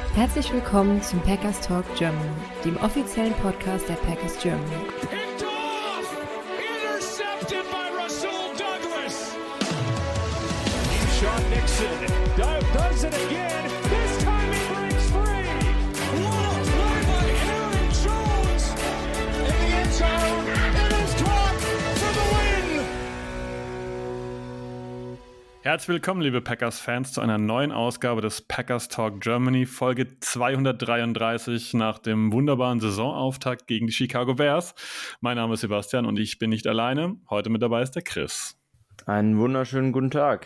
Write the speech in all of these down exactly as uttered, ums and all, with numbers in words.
Herzlich willkommen zum Packers Talk Germany, dem offiziellen Podcast der Packers Germany. Picked off! Intercepted by Rasul Douglas! Sean Nixon does it again. This time he breaks free! What a play by Aaron Jones! In the end zone, it is caught for the win! Herzlich willkommen, liebe Packers-Fans, zu einer neuen Ausgabe des Packers Talk Germany, Folge zweihundertdreiunddreißig nach dem wunderbaren Saisonauftakt gegen die Chicago Bears. Mein Name ist Sebastian und ich bin nicht alleine. Heute mit dabei ist der Chris. Einen wunderschönen guten Tag.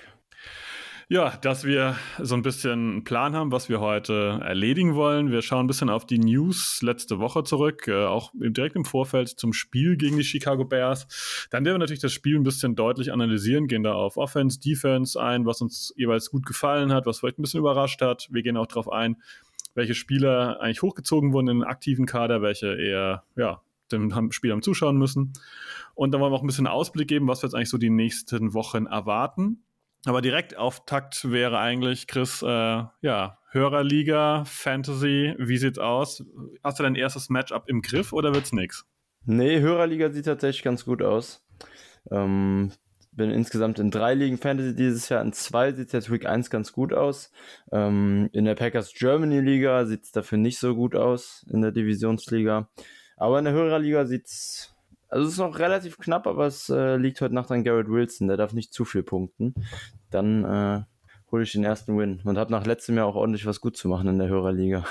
Ja, dass wir so ein bisschen einen Plan haben, was wir heute erledigen wollen. Wir schauen ein bisschen auf die News letzte Woche zurück, äh, auch direkt im Vorfeld zum Spiel gegen die Chicago Bears. Dann werden wir natürlich das Spiel ein bisschen deutlich analysieren, gehen da auf Offense, Defense ein, was uns jeweils gut gefallen hat, was vielleicht ein bisschen überrascht hat. Wir gehen auch darauf ein, welche Spieler eigentlich hochgezogen wurden in den aktiven Kader, welche eher, ja, dem Spiel am Zuschauen müssen. Und dann wollen wir auch ein bisschen Ausblick geben, was wir jetzt eigentlich so die nächsten Wochen erwarten. Aber direkt Auftakt wäre eigentlich, Chris, äh, ja, Hörerliga, Fantasy, wie sieht's aus? Hast du dein erstes Matchup im Griff oder wird's nix? Nee, Hörerliga sieht tatsächlich ganz gut aus. Ähm, bin insgesamt in drei Ligen Fantasy dieses Jahr, in zwei sieht jetzt Week eins ganz gut aus. Ähm, in der Packers Germany Liga sieht's dafür nicht so gut aus, in der Divisionsliga. Aber in der Hörerliga sieht's, also es ist noch relativ knapp, aber es äh, liegt heute Nacht an Garrett Wilson, der darf nicht zu viel punkten. Dann äh, hole ich den ersten Win und habe nach letztem Jahr auch ordentlich was gut zu machen in der Hörerliga.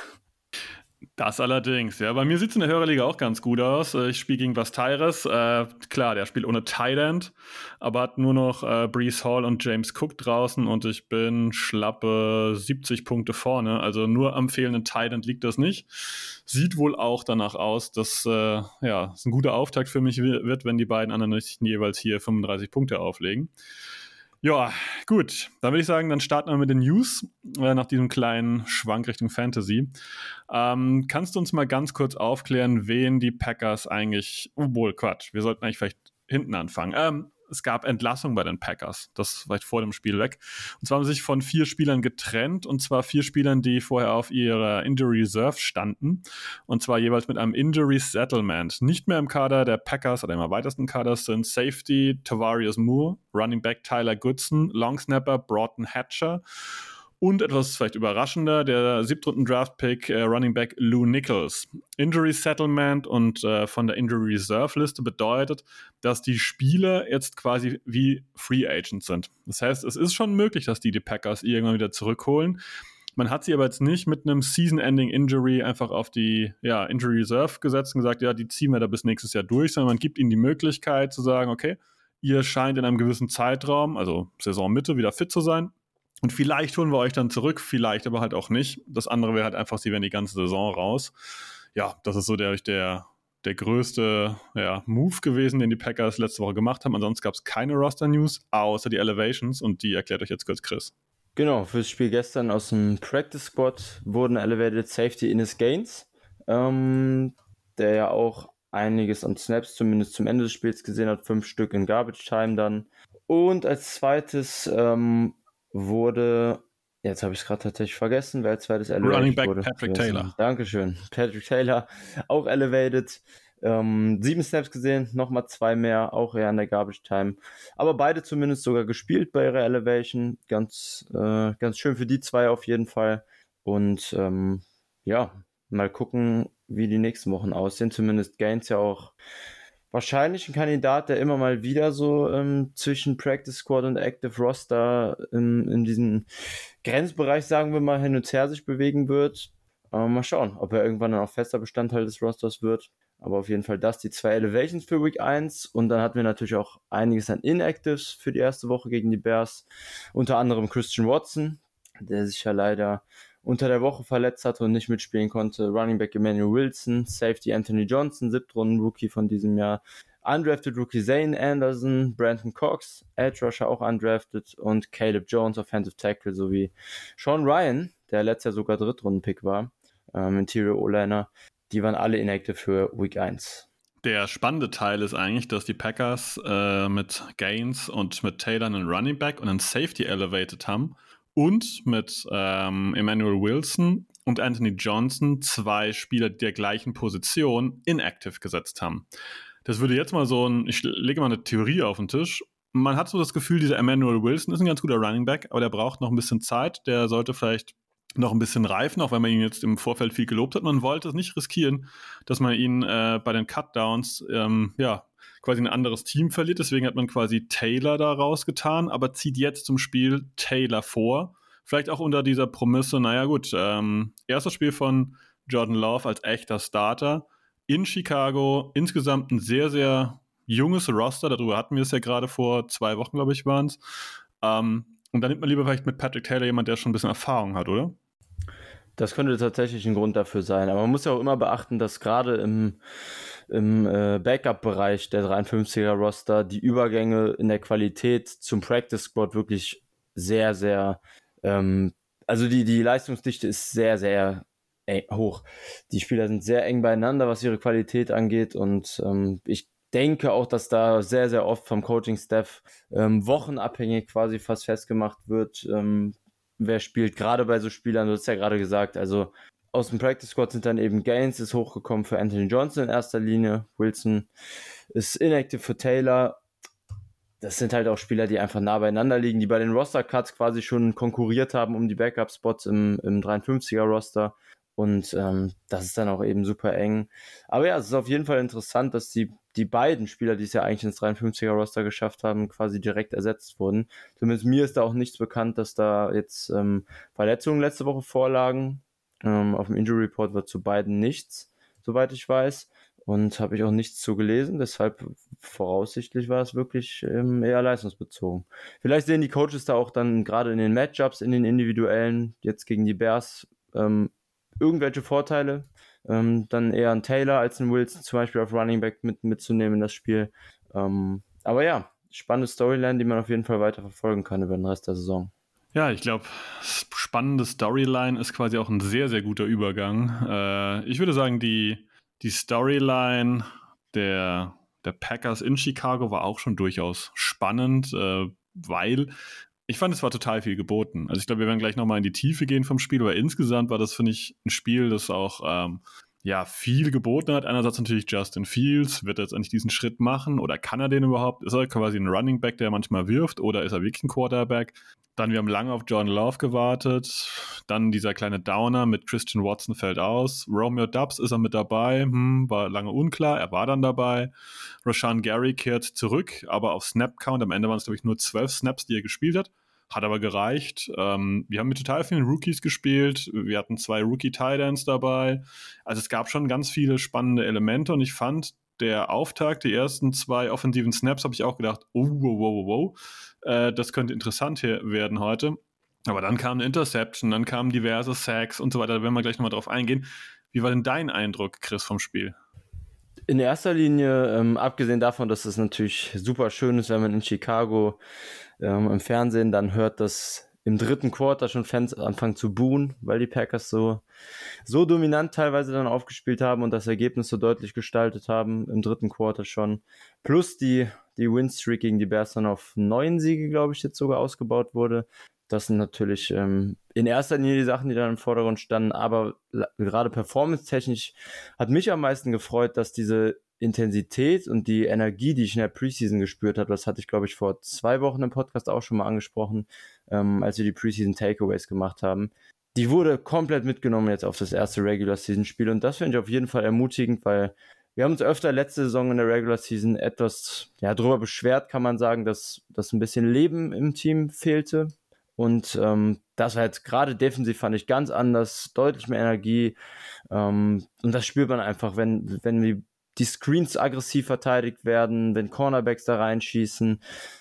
Das allerdings, ja. Bei mir sieht es in der Hörerliga auch ganz gut aus. Ich spiele gegen Vastairis. Äh, klar, der spielt ohne Tight End, aber hat nur noch äh, Breece Hall und James Cook draußen und ich bin schlappe siebzig Punkte vorne. Also nur am fehlenden Tight End liegt das nicht. Sieht wohl auch danach aus, dass äh, ja, es ein guter Auftakt für mich wird, wenn die beiden anderen nicht jeweils hier fünfunddreißig Punkte auflegen. Ja, gut. Dann würde ich sagen, dann starten wir mit den News äh, nach diesem kleinen Schwank Richtung Fantasy. Ähm, kannst du uns mal ganz kurz aufklären, wen die Packers eigentlich, obwohl, Quatsch, wir sollten eigentlich vielleicht hinten anfangen. Ähm, es gab Entlassung bei den Packers, das war vor dem Spiel weg. Und zwar haben sie sich von vier Spielern getrennt, und zwar vier Spielern, die vorher auf ihrer Injury Reserve standen, und zwar jeweils mit einem Injury Settlement. Nicht mehr im Kader der Packers oder im erweiterten Kader sind Safety Tavarius Moore, Running Back Tyler Goodson, Long Snapper Broughton Hatcher und etwas vielleicht überraschender, der Siebtrunden-Draft-Pick äh, Running Back Lou Nichols. Injury Settlement und äh, von der Injury Reserve-Liste bedeutet, dass die Spieler jetzt quasi wie Free Agents sind. Das heißt, es ist schon möglich, dass die die Packers irgendwann wieder zurückholen. Man hat sie aber jetzt nicht mit einem Season-Ending-Injury einfach auf die ja, Injury Reserve gesetzt und gesagt, ja, die ziehen wir da bis nächstes Jahr durch, sondern man gibt ihnen die Möglichkeit zu sagen, okay, ihr scheint in einem gewissen Zeitraum, also Saisonmitte, wieder fit zu sein. Und vielleicht holen wir euch dann zurück, vielleicht aber halt auch nicht. Das andere wäre halt einfach, sie wären die ganze Saison raus. Ja, das ist so der, der, der größte ja, Move gewesen, den die Packers letzte Woche gemacht haben. Ansonsten gab es keine Roster-News, außer die Elevations. Und die erklärt euch jetzt kurz Chris. Genau, fürs Spiel gestern aus dem Practice Squad wurden Elevated Safety Innis Gaines, ähm, der ja auch einiges an Snaps, zumindest zum Ende des Spiels gesehen hat, fünf Stück in Garbage Time dann. Und als zweites ähm, wurde, jetzt habe ich es gerade tatsächlich vergessen, wer als zweites elevated Running Back wurde. Patrick Taylor. Dankeschön. Patrick Taylor, auch elevated. Ähm, sieben Snaps gesehen, nochmal zwei mehr, auch eher in der Garbage Time. Aber beide zumindest sogar gespielt bei ihrer Elevation. Ganz, äh, ganz schön für die zwei auf jeden Fall. Und ähm, ja, mal gucken, wie die nächsten Wochen aussehen. Zumindest Gaines ja auch wahrscheinlich ein Kandidat, der immer mal wieder so ähm, zwischen Practice Squad und Active Roster in, in diesem Grenzbereich, sagen wir mal, hin und her sich bewegen wird. Ähm, mal schauen, ob er irgendwann dann auch fester Bestandteil des Rosters wird. Aber auf jeden Fall das, die zwei Elevations für Week eins. Und dann hatten wir natürlich auch einiges an Inactives für die erste Woche gegen die Bears. Unter anderem Christian Watson, der sich ja leider unter der Woche verletzt hatte und nicht mitspielen konnte. Running Back Emmanuel Wilson, Safety Anthony Johnson, Siebtrunden-Rookie von diesem Jahr. Undrafted Rookie Zane Anderson, Brandon Cox, Edge Rusher auch undrafted und Caleb Jones, Offensive Tackle, sowie Sean Ryan, der letztes Jahr sogar Drittrunden-Pick war, ähm, Interior O-Liner. Die waren alle inactive für Week eins. Der spannende Teil ist eigentlich, dass die Packers äh, mit Gaines und mit Taylor einen Running Back und einen Safety elevated haben und mit ähm, Emmanuel Wilson und Anthony Johnson zwei Spieler der gleichen Position inactive gesetzt haben. Das würde jetzt mal so ein, ich lege mal eine Theorie auf den Tisch. Man hat so das Gefühl, dieser Emmanuel Wilson ist ein ganz guter Running Back, aber der braucht noch ein bisschen Zeit. Der sollte vielleicht noch ein bisschen reifen, auch wenn man ihn jetzt im Vorfeld viel gelobt hat. Man wollte es nicht riskieren, dass man ihn äh, bei den Cutdowns ähm, ja, quasi ein anderes Team verliert. Deswegen hat man quasi Taylor da rausgetan, aber zieht jetzt zum Spiel Taylor vor. Vielleicht auch unter dieser Prämisse, naja gut, ähm, erstes Spiel von Jordan Love als echter Starter in Chicago. Insgesamt ein sehr, sehr junges Roster. Darüber hatten wir es ja gerade vor zwei Wochen, glaube ich, waren es. Ähm, und dann nimmt man lieber vielleicht mit Patrick Taylor jemand, der schon ein bisschen Erfahrung hat, oder? Das könnte tatsächlich ein Grund dafür sein. Aber man muss ja auch immer beachten, dass gerade im, im äh, Backup-Bereich der dreiundfünfziger-Roster die Übergänge in der Qualität zum Practice-Squad wirklich sehr, sehr, ähm, also die, die Leistungsdichte ist sehr, sehr eng, hoch. Die Spieler sind sehr eng beieinander, was ihre Qualität angeht, und ähm, ich denke auch, dass da sehr, sehr oft vom Coaching-Staff ähm, wochenabhängig quasi fast festgemacht wird, ähm, wer spielt, gerade bei so Spielern, du hast ja gerade gesagt, also aus dem Practice Squad sind dann eben Gaines ist hochgekommen für Anthony Johnson in erster Linie, Wilson ist inactive für Taylor. Das sind halt auch Spieler, die einfach nah beieinander liegen, die bei den Roster-Cuts quasi schon konkurriert haben um die Backup-Spots im, im dreiundfünfziger-Roster, und ähm, das ist dann auch eben super eng. Aber ja, es ist auf jeden Fall interessant, dass die, die beiden Spieler, die es ja eigentlich ins dreiundfünfziger-Roster geschafft haben, quasi direkt ersetzt wurden. Zumindest mir ist da auch nichts bekannt, dass da jetzt ähm, Verletzungen letzte Woche vorlagen. Ähm, auf dem Injury Report wird zu beiden nichts, soweit ich weiß. Und habe ich auch nichts zu gelesen, deshalb voraussichtlich war es wirklich ähm, eher leistungsbezogen. Vielleicht sehen die Coaches da auch dann gerade in den Matchups, in den individuellen, jetzt gegen die Bears, ähm, irgendwelche Vorteile, ähm, dann eher ein Taylor als ein Wilson zum Beispiel auf Running Back mit, mitzunehmen in das Spiel. Ähm, aber ja, spannende Storyline, die man auf jeden Fall weiter verfolgen kann über den Rest der Saison. Ja, ich glaube, spannende Storyline ist quasi auch ein sehr, sehr guter Übergang. Äh, ich würde sagen, die, die Storyline der, der Packers in Chicago war auch schon durchaus spannend, äh, weil ich fand, es war total viel geboten. Also ich glaube, wir werden gleich nochmal in die Tiefe gehen vom Spiel, aber insgesamt war das, finde ich, ein Spiel, das auch ähm, ja, viel geboten hat. Einerseits natürlich Justin Fields, wird er jetzt eigentlich diesen Schritt machen oder kann er den überhaupt? Ist er quasi ein Running Back, der manchmal wirft, oder ist er wirklich ein Quarterback? Dann, wir haben lange auf Jordan Love gewartet. Dann dieser kleine Downer mit Christian Watson fällt aus. Romeo Doubs, ist er mit dabei? Hm, war lange unklar. Er war dann dabei. Rashan Gary kehrt zurück, aber auf Snap-Count. Am Ende waren es, glaube ich, nur zwölf Snaps, die er gespielt hat. Hat aber gereicht. Ähm, wir haben mit total vielen Rookies gespielt. Wir hatten zwei Rookie-Tight-Ends dabei. Also es gab schon ganz viele spannende Elemente, und ich fand, der Auftakt, die ersten zwei offensiven Snaps, habe ich auch gedacht, oh, wow, wow, wow, äh, das könnte interessant hier werden heute. Aber dann kam eine Interception, dann kamen diverse Sacks und so weiter. Da werden wir gleich nochmal drauf eingehen. Wie war denn dein Eindruck, Chris, vom Spiel? In erster Linie, ähm, abgesehen davon, dass es natürlich super schön ist, wenn man in Chicago ähm, im Fernsehen dann hört, dass im dritten Quarter schon Fans anfangen zu buhen, weil die Packers so, so dominant teilweise dann aufgespielt haben und das Ergebnis so deutlich gestaltet haben, im dritten Quarter schon. Plus die, die Winstreak gegen die Bears dann auf neun Siege, glaube ich, jetzt sogar ausgebaut wurde. Das sind natürlich ähm, in erster Linie die Sachen, die dann im Vordergrund standen, aber la- gerade performance-technisch hat mich am meisten gefreut, dass diese Intensität und die Energie, die ich in der Preseason gespürt habe, das hatte ich, glaube ich, vor zwei Wochen im Podcast auch schon mal angesprochen, ähm, als wir die Preseason Takeaways gemacht haben. Die wurde komplett mitgenommen jetzt auf das erste Regular Season Spiel, und das finde ich auf jeden Fall ermutigend, weil wir haben uns öfter letzte Saison in der Regular Season etwas ja, darüber beschwert, kann man sagen, dass, dass ein bisschen Leben im Team fehlte. Und ähm, das war jetzt gerade defensiv, fand ich ganz anders, deutlich mehr Energie. Ähm, und das spürt man einfach, wenn, wenn die, die Screens aggressiv verteidigt werden, wenn Cornerbacks da reinschießen,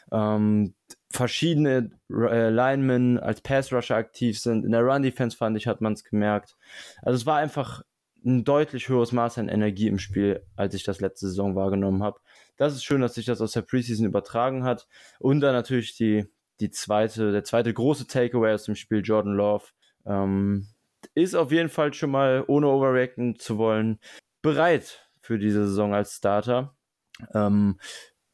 ähm, verschiedene äh, Linemen als Pass-Rusher aktiv sind. In der Run-Defense, fand ich, hat man es gemerkt. Also es war einfach ein deutlich höheres Maß an Energie im Spiel, als ich das letzte Saison wahrgenommen habe. Das ist schön, dass sich das aus der Preseason übertragen hat. Und dann natürlich die Die zweite, der zweite große Takeaway aus dem Spiel, Jordan Love, ähm, ist auf jeden Fall schon mal, ohne overreacten zu wollen, bereit für diese Saison als Starter. Ähm,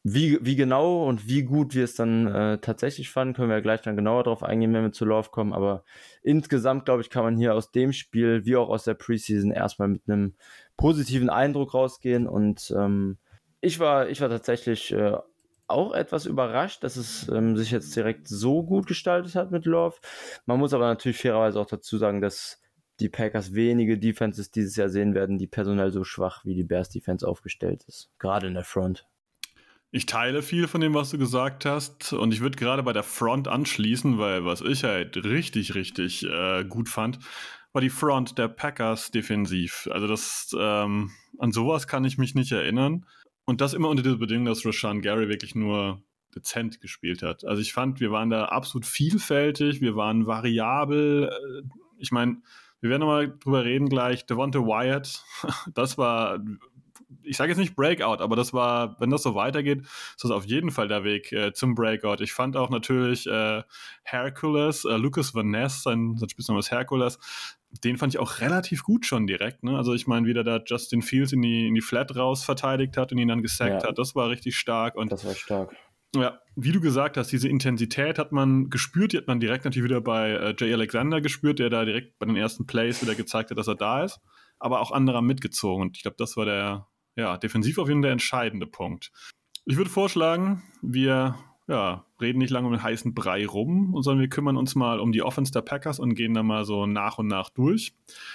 wie, wie genau und wie gut wir es dann äh, tatsächlich fanden, können wir ja gleich dann genauer drauf eingehen, wenn wir zu Love kommen. Aber insgesamt, glaube ich, kann man hier aus dem Spiel, wie auch aus der Preseason, erstmal mit einem positiven Eindruck rausgehen. Und ähm, ich war, ich war tatsächlich äh, auch etwas überrascht, dass es ähm, sich jetzt direkt so gut gestaltet hat mit Love. Man muss aber natürlich fairerweise auch dazu sagen, dass die Packers wenige Defenses dieses Jahr sehen werden, die personell so schwach wie die Bears Defense aufgestellt ist. Gerade in der Front. Ich teile viel von dem, was du gesagt hast, und ich würde gerade bei der Front anschließen, weil was ich halt richtig, richtig äh, gut fand, war die Front der Packers defensiv. Also das, ähm, an sowas kann ich mich nicht erinnern. Und das immer unter der Bedingung, dass Rashan Gary wirklich nur dezent gespielt hat. Also ich fand, wir waren da absolut vielfältig, wir waren variabel. Ich meine, wir werden nochmal drüber reden gleich. Devonta Wyatt, das war, ich sage jetzt nicht Breakout, aber das war, wenn das so weitergeht, ist das auf jeden Fall der Weg äh, zum Breakout. Ich fand auch natürlich äh, Hercules, äh, Lucas Van Ness, sein, sein Spitzname ist Hercules, den fand ich auch relativ gut schon direkt. Ne? Also ich meine, wie der da Justin Fields in die, in die Flat raus verteidigt hat und ihn dann gesackt Ja. hat, das war richtig stark. Und Das war stark. ja, wie du gesagt hast, diese Intensität hat man gespürt, die hat man direkt natürlich wieder bei äh, Jay Alexander gespürt, der da direkt bei den ersten Plays wieder gezeigt hat, dass er da ist, aber auch andere haben mitgezogen und ich glaube, das war der, ja, defensiv auf jeden Fall der entscheidende Punkt. Ich würde vorschlagen, wir ja, reden nicht lange um den heißen Brei rum, sondern wir kümmern uns mal um die Offense der Packers und gehen da mal so nach und nach durch.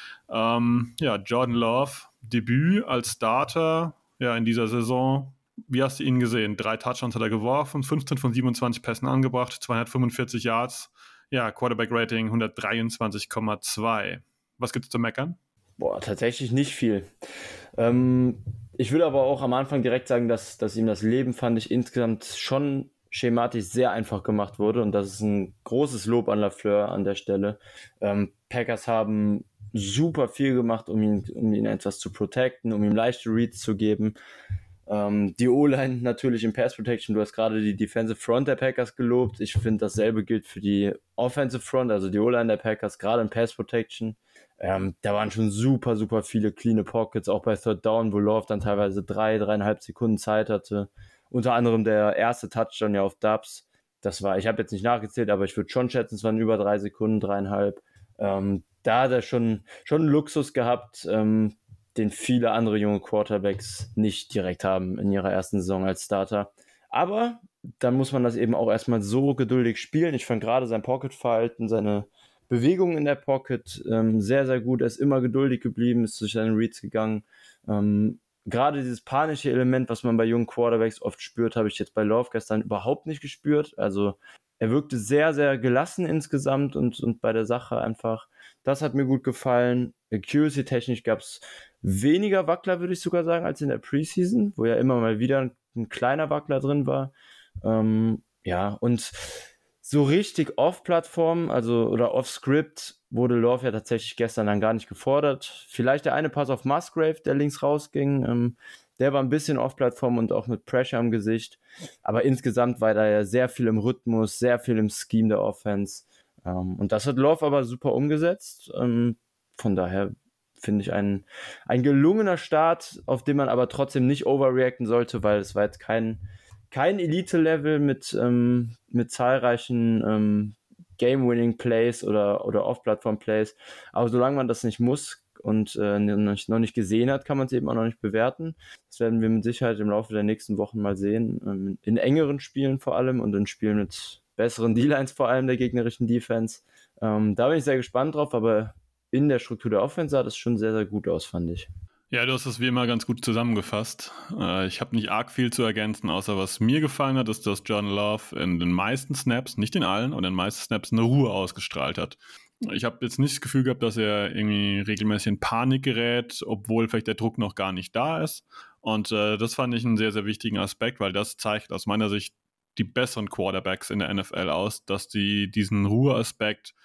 Ähm, ja, Jordan Love, Debüt als Starter, ja, in dieser Saison. Wie hast du ihn gesehen? Drei Touchdowns hat er geworfen, fünfzehn von siebenundzwanzig Pässen angebracht, zweihundertfünfundvierzig Yards, ja, Quarterback-Rating hundertdreiundzwanzig Komma zwei. Was gibt es zu meckern? Boah, tatsächlich nicht viel. Ähm, ich würde aber auch am Anfang direkt sagen, dass, dass ihm das Leben, fand ich, insgesamt schon schematisch sehr einfach gemacht wurde und das ist ein großes Lob an LaFleur an der Stelle. Ähm, Packers haben super viel gemacht, um ihn, um ihn etwas zu protecten, um ihm leichte Reads zu geben. Ähm, die O-Line natürlich im Pass Protection, du hast gerade die Defensive Front der Packers gelobt. Ich finde, dasselbe gilt für die Offensive Front, also die O-Line der Packers, gerade im Pass Protection. Ähm, da waren schon super, super viele cleane Pockets, auch bei Third Down, wo Love dann teilweise drei, dreieinhalb Sekunden Zeit hatte. Unter anderem der erste Touchdown ja auf Dubs. Das war, ich habe jetzt nicht nachgezählt, aber ich würde schon schätzen, es waren über drei Sekunden, dreieinhalb. Ähm, da hat er schon, schon einen Luxus gehabt, ähm, den viele andere junge Quarterbacks nicht direkt haben in ihrer ersten Saison als Starter. Aber dann muss man das eben auch erstmal so geduldig spielen. Ich fand gerade sein Pocket-Verhalten, seine Bewegungen in der Pocket ähm, sehr, sehr gut. Er ist immer geduldig geblieben, ist durch seine Reads gegangen. Ähm, gerade dieses panische Element, was man bei jungen Quarterbacks oft spürt, habe ich jetzt bei Love gestern überhaupt nicht gespürt. Also er wirkte sehr, sehr gelassen insgesamt und, und bei der Sache einfach. Das hat mir gut gefallen. Accuracy-technisch gab es weniger Wackler, würde ich sogar sagen, als in der Preseason, wo ja immer mal wieder ein, ein kleiner Wackler drin war. Ähm, ja, und so richtig off-Plattform, also oder off-Script, wurde Love ja tatsächlich gestern dann gar nicht gefordert. Vielleicht der eine Pass auf Musgrave, der links rausging, ähm, der war ein bisschen off-Plattform und auch mit Pressure im Gesicht. Aber insgesamt war da ja sehr viel im Rhythmus, sehr viel im Scheme der Offense. Ähm, und das hat Love aber super umgesetzt. Ähm, von daher finde ich ein, ein gelungener Start, auf den man aber trotzdem nicht overreacten sollte, weil es war jetzt kein, kein Elite-Level mit, ähm, mit zahlreichen ähm, Game-Winning-Plays oder, oder Off-Plattform-Plays. Aber solange man das nicht muss und äh, noch, nicht, noch nicht gesehen hat, kann man es eben auch noch nicht bewerten. Das werden wir mit Sicherheit im Laufe der nächsten Wochen mal sehen. Ähm, in engeren Spielen vor allem und in Spielen mit besseren D-Lines vor allem der gegnerischen Defense. Ähm, da bin ich sehr gespannt drauf, aber in der Struktur der Offense sah das schon sehr, sehr gut aus, fand ich. Ja, du hast das wie immer ganz gut zusammengefasst. Äh, ich habe nicht arg viel zu ergänzen, außer was mir gefallen hat, ist, dass Jordan Love in den meisten Snaps, nicht in allen, aber in den meisten Snaps eine Ruhe ausgestrahlt hat. Ich habe jetzt nicht das Gefühl gehabt, dass er irgendwie regelmäßig in Panik gerät, obwohl vielleicht der Druck noch gar nicht da ist. Und äh, das fand ich einen sehr, sehr wichtigen Aspekt, weil das zeigt aus meiner Sicht die besseren Quarterbacks in der N F L aus, dass die diesen Ruheaspekt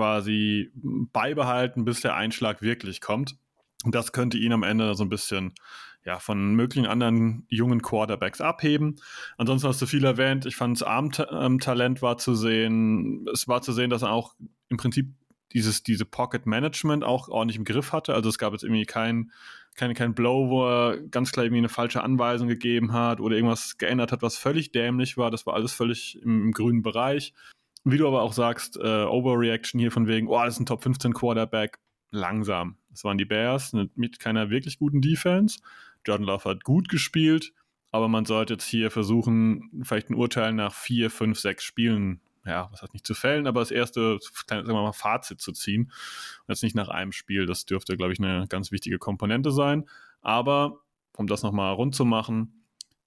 quasi beibehalten, bis der Einschlag wirklich kommt. Und das könnte ihn am Ende so ein bisschen ja, von möglichen anderen jungen Quarterbacks abheben. Ansonsten hast du viel erwähnt. Ich fand, das Armtalent war zu sehen. Es war zu sehen, dass er auch im Prinzip dieses diese Pocket Management auch ordentlich im Griff hatte. Also es gab jetzt irgendwie kein kein, kein Blow, wo er ganz klar irgendwie eine falsche Anweisung gegeben hat oder irgendwas geändert hat, was völlig dämlich war. Das war alles völlig im, im grünen Bereich. Wie du aber auch sagst, äh, Overreaction hier von wegen, oh, das ist ein Top fünfzehn Quarterback. Langsam. Das waren die Bears mit keiner wirklich guten Defense. Jordan Love hat gut gespielt, aber man sollte jetzt hier versuchen, vielleicht ein Urteil nach vier, fünf, sechs Spielen, ja, was heißt nicht zu fällen, aber das erste, sagen wir mal, Fazit zu ziehen. Und jetzt nicht nach einem Spiel. Das dürfte, glaube ich, eine ganz wichtige Komponente sein. Aber, um das nochmal rund zu machen,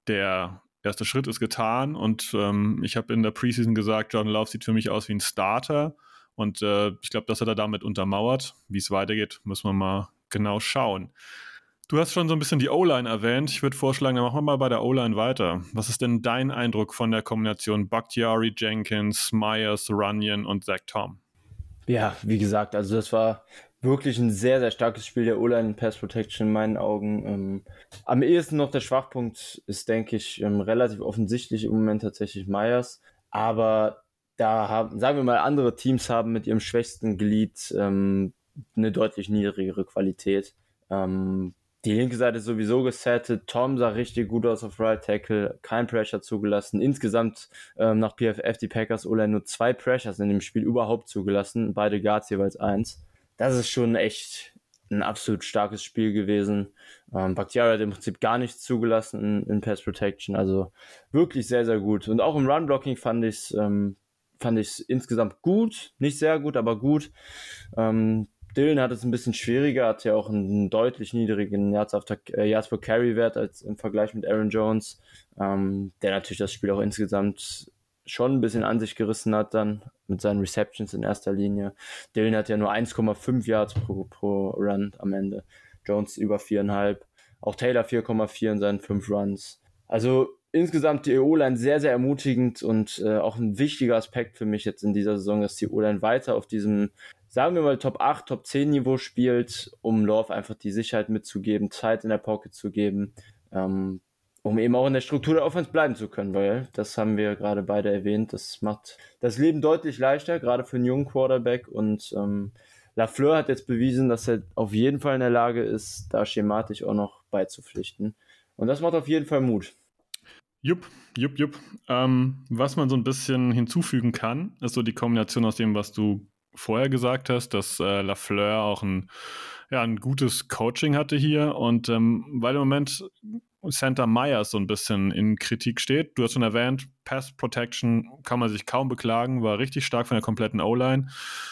der erste Schritt ist getan und ähm, ich habe in der Preseason gesagt, Jordan Love sieht für mich aus wie ein Starter. Und äh, ich glaube, das hat er damit untermauert. Wie es weitergeht, müssen wir mal genau schauen. Du hast schon so ein bisschen die O-Line erwähnt. Ich würde vorschlagen, dann machen wir mal bei der O-Line weiter. Was ist denn dein Eindruck von der Kombination Bakhtiari, Jenkins, Myers, Runyon und Zach Tom? Ja, wie gesagt, also das war wirklich ein sehr, sehr starkes Spiel der O-Line in Pass Protection in meinen Augen. Ähm, am ehesten noch der Schwachpunkt ist, denke ich, ähm, relativ offensichtlich im Moment tatsächlich Myers. Aber da haben, sagen wir mal, andere Teams haben mit ihrem schwächsten Glied ähm, eine deutlich niedrigere Qualität. Ähm, die linke Seite ist sowieso gesettet. Tom sah richtig gut aus auf Right Tackle, kein Pressure zugelassen. Insgesamt ähm, nach P F F die Packers O-Line nur zwei Pressures in dem Spiel überhaupt zugelassen, beide Guards jeweils eins. Das ist schon echt ein absolut starkes Spiel gewesen. Ähm, Bakhtiari hat im Prinzip gar nichts zugelassen in, in Pass Protection, also wirklich sehr, sehr gut. Und auch im Run-Blocking fand ich es ähm, fand ich es insgesamt gut, nicht sehr gut, aber gut. Ähm, Dillon hat es ein bisschen schwieriger, hat ja auch einen deutlich niedrigen Yards, after, äh, Yards per Carry Wert als im Vergleich mit Aaron Jones, ähm, der natürlich das Spiel auch insgesamt schon ein bisschen an sich gerissen hat dann mit seinen Receptions in erster Linie. Dillon hat ja nur eins Komma fünf Yards pro, pro Run am Ende, Jones über vier Komma fünf, auch Taylor vier Komma vier in seinen fünf Runs. Also insgesamt die O-Line sehr, sehr ermutigend und äh, auch ein wichtiger Aspekt für mich jetzt in dieser Saison, dass die O-Line weiter auf diesem, sagen wir mal, Top acht, Top zehn Niveau spielt, um Love einfach die Sicherheit mitzugeben, Zeit in der Pocket zu geben, ähm, um eben auch in der Struktur der Offense bleiben zu können, weil das haben wir gerade beide erwähnt, das macht das Leben deutlich leichter, gerade für einen jungen Quarterback und ähm, LaFleur hat jetzt bewiesen, dass er auf jeden Fall in der Lage ist, da schematisch auch noch beizupflichten und das macht auf jeden Fall Mut. Jupp, jupp, jupp. Ähm, was man so ein bisschen hinzufügen kann, ist so die Kombination aus dem, was du vorher gesagt hast, dass äh, LaFleur auch ein, ja, ein gutes Coaching hatte hier und ähm, weil im Moment Center Myers so ein bisschen in Kritik steht, du hast schon erwähnt, Pass Protection kann man sich kaum beklagen, war richtig stark von der kompletten O-Line.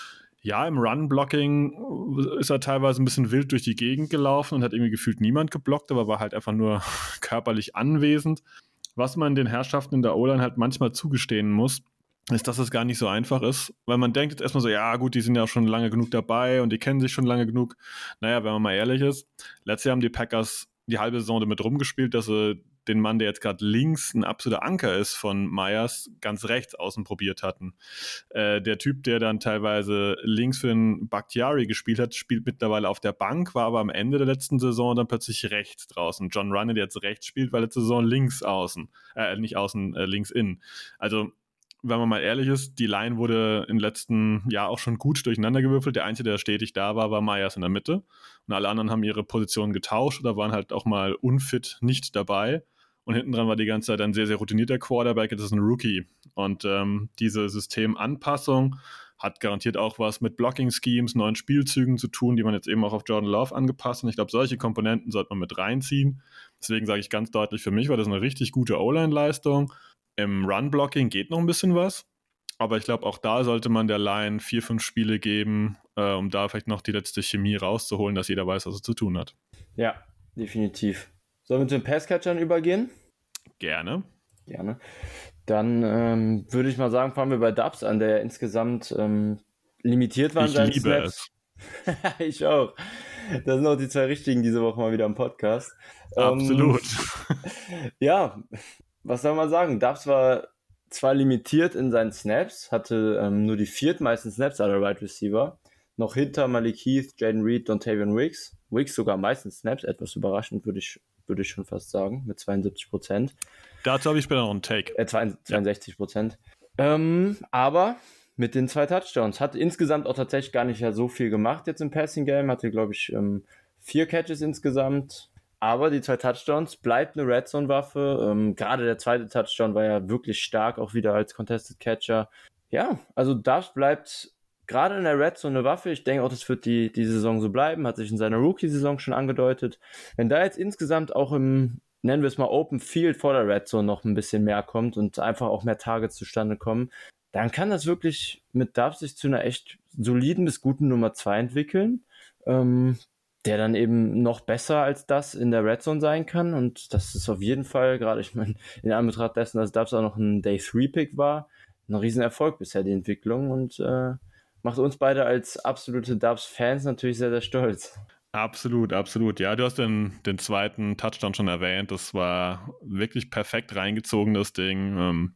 Ja, im Run-Blocking ist er teilweise ein bisschen wild durch die Gegend gelaufen und hat irgendwie gefühlt niemand geblockt, aber war halt einfach nur körperlich anwesend. Was man den Herrschaften in der O-Line halt manchmal zugestehen muss, ist, dass es gar nicht so einfach ist, weil man denkt jetzt erstmal so, ja gut, die sind ja auch schon lange genug dabei und die kennen sich schon lange genug. Naja, wenn man mal ehrlich ist, letztes Jahr haben die Packers die halbe Saison damit rumgespielt, dass sie den Mann, der jetzt gerade links ein absoluter Anker ist von Myers, ganz rechts außen probiert hatten. Äh, der Typ, der dann teilweise links für den Bakhtiari gespielt hat, spielt mittlerweile auf der Bank, war aber am Ende der letzten Saison dann plötzlich rechts draußen. John Runyon, der jetzt rechts spielt, war letzte Saison links außen. Äh, nicht außen, äh, links innen. Also, wenn man mal ehrlich ist, die Line wurde im letzten Jahr auch schon gut durcheinander gewürfelt. Der Einzige, der stetig da war, war Myers in der Mitte. Und alle anderen haben ihre Positionen getauscht oder waren halt auch mal unfit nicht dabei. Und hinten dran war die ganze Zeit ein sehr, sehr routinierter Quarterback, das ist ein Rookie. Und ähm, diese Systemanpassung hat garantiert auch was mit Blocking-Schemes, neuen Spielzügen zu tun, die man jetzt eben auch auf Jordan Love angepasst hat. Und ich glaube, solche Komponenten sollte man mit reinziehen. Deswegen sage ich ganz deutlich, für mich war das eine richtig gute O-Line-Leistung. Im Run-Blocking geht noch ein bisschen was. Aber ich glaube, auch da sollte man der Line vier, fünf Spiele geben, äh, um da vielleicht noch die letzte Chemie rauszuholen, dass jeder weiß, was er zu tun hat. Ja, definitiv. Sollen wir zu den Passcatchern übergehen? Gerne. Gerne. Dann ähm, würde ich mal sagen, fangen wir bei Dubs an, der insgesamt ähm, limitiert war in seinen Ich liebe Snaps. Es. Ich auch. Das sind auch die zwei Richtigen diese Woche mal wieder im Podcast. Absolut. Ähm, ja, was soll man sagen? Dubs war zwar limitiert in seinen Snaps, hatte ähm, nur die viertmeisten Snaps aller Wide Receiver, noch hinter Malik Heath, Jaden Reed, Dontavian Wicks. Wicks sogar am meisten Snaps, etwas überraschend, würde ich, würde ich schon fast sagen, mit zweiundsiebzig Prozent. Dazu habe ich später noch einen Take. Äh, zweiundsechzig Prozent. Ja. Ähm, aber mit den zwei Touchdowns. Hat insgesamt auch tatsächlich gar nicht ja so viel gemacht jetzt im Passing Game. Hatte, glaube ich, ähm, Vier Catches insgesamt, aber die zwei Touchdowns, bleibt eine Red-Zone-Waffe. Ähm, gerade der zweite Touchdown war ja wirklich stark, auch wieder als Contested Catcher. Ja, also Doubs bleibt gerade in der Red Zone eine Waffe. Ich denke auch, das wird die, die Saison so bleiben, hat sich in seiner Rookie-Saison schon angedeutet. Wenn da jetzt insgesamt auch im, nennen wir es mal Open Field vor der Red Zone noch ein bisschen mehr kommt und einfach auch mehr Targets zustande kommen, dann kann das wirklich mit Doubs sich zu einer echt soliden bis guten Nummer zwei entwickeln, ähm, der dann eben noch besser als das in der Red Zone sein kann. Und das ist auf jeden Fall, gerade ich meine, in Anbetracht dessen, dass Doubs auch noch ein Day drei Pick war, ein Riesenerfolg bisher, die Entwicklung, und äh, macht uns beide als absolute Doubs-Fans natürlich sehr, sehr stolz. Absolut, absolut. Ja, du hast den, den zweiten Touchdown schon erwähnt. Das war wirklich perfekt reingezogen, das Ding. Ähm,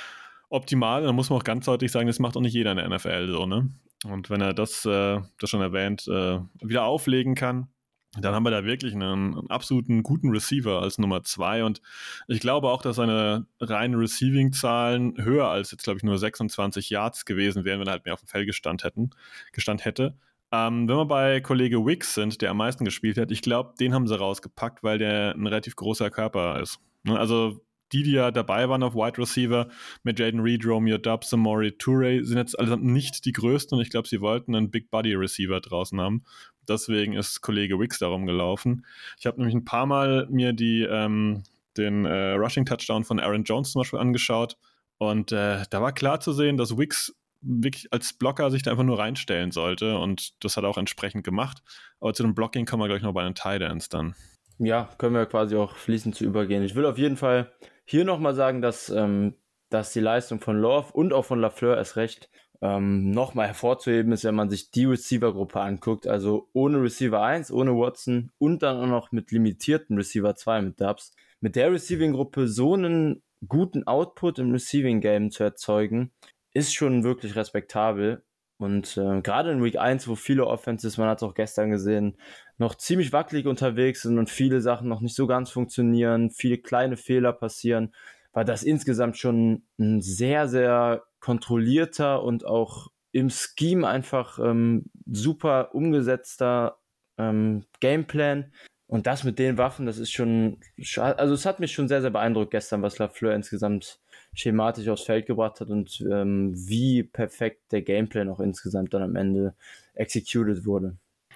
optimal, da muss man auch ganz deutlich sagen, das macht auch nicht jeder in der N F L so, ne? Und wenn er das, äh, das schon erwähnt, äh, wieder auflegen kann, dann haben wir da wirklich einen, einen absoluten guten Receiver als Nummer zwei. Und ich glaube auch, dass seine reinen Receiving-Zahlen höher als jetzt, glaube ich, nur sechsundzwanzig Yards gewesen wären, wenn er halt mehr auf dem Feld gestand, hätten, gestand hätte. Ähm, wenn wir bei Kollege Wicks sind, der am meisten gespielt hat, ich glaube, den haben sie rausgepackt, weil der ein relativ großer Körper ist. Also die, die ja dabei waren auf Wide Receiver mit Jaden Reed, Romeo Doubs, Samori Toure, sind jetzt allesamt nicht die größten und ich glaube, sie wollten einen Big Body Receiver draußen haben. Deswegen ist Kollege Wicks darum gelaufen. Ich habe nämlich ein paar Mal mir die, ähm, den äh, Rushing Touchdown von Aaron Jones zum Beispiel angeschaut und äh, da war klar zu sehen, dass Wicks wirklich als Blocker sich da einfach nur reinstellen sollte und das hat er auch entsprechend gemacht. Aber zu dem Blocking kommen wir gleich noch bei den Tight Ends dann. Ja, können wir quasi auch fließend zu übergehen. Ich will auf jeden Fall hier nochmal sagen, dass, ähm, dass die Leistung von Love und auch von LaFleur erst recht ähm, nochmal hervorzuheben ist, wenn man sich die Receiver-Gruppe anguckt. Also ohne Receiver eins, ohne Watson und dann auch noch mit limitierten Receiver zwei mit Doubs. Mit der Receiving-Gruppe so einen guten Output im Receiving-Game zu erzeugen, ist schon wirklich respektabel. Und äh, gerade in Week eins, wo viele Offenses, man hat es auch gestern gesehen, noch ziemlich wackelig unterwegs sind und viele Sachen noch nicht so ganz funktionieren, viele kleine Fehler passieren, war das insgesamt schon ein sehr, sehr kontrollierter und auch im Scheme einfach ähm, super umgesetzter ähm, Gameplan. Und das mit den Waffen, das ist schon, also es hat mich schon sehr, sehr beeindruckt gestern, was LaFleur insgesamt schematisch aufs Feld gebracht hat und ähm, wie perfekt der Gameplan auch insgesamt dann am Ende executed wurde.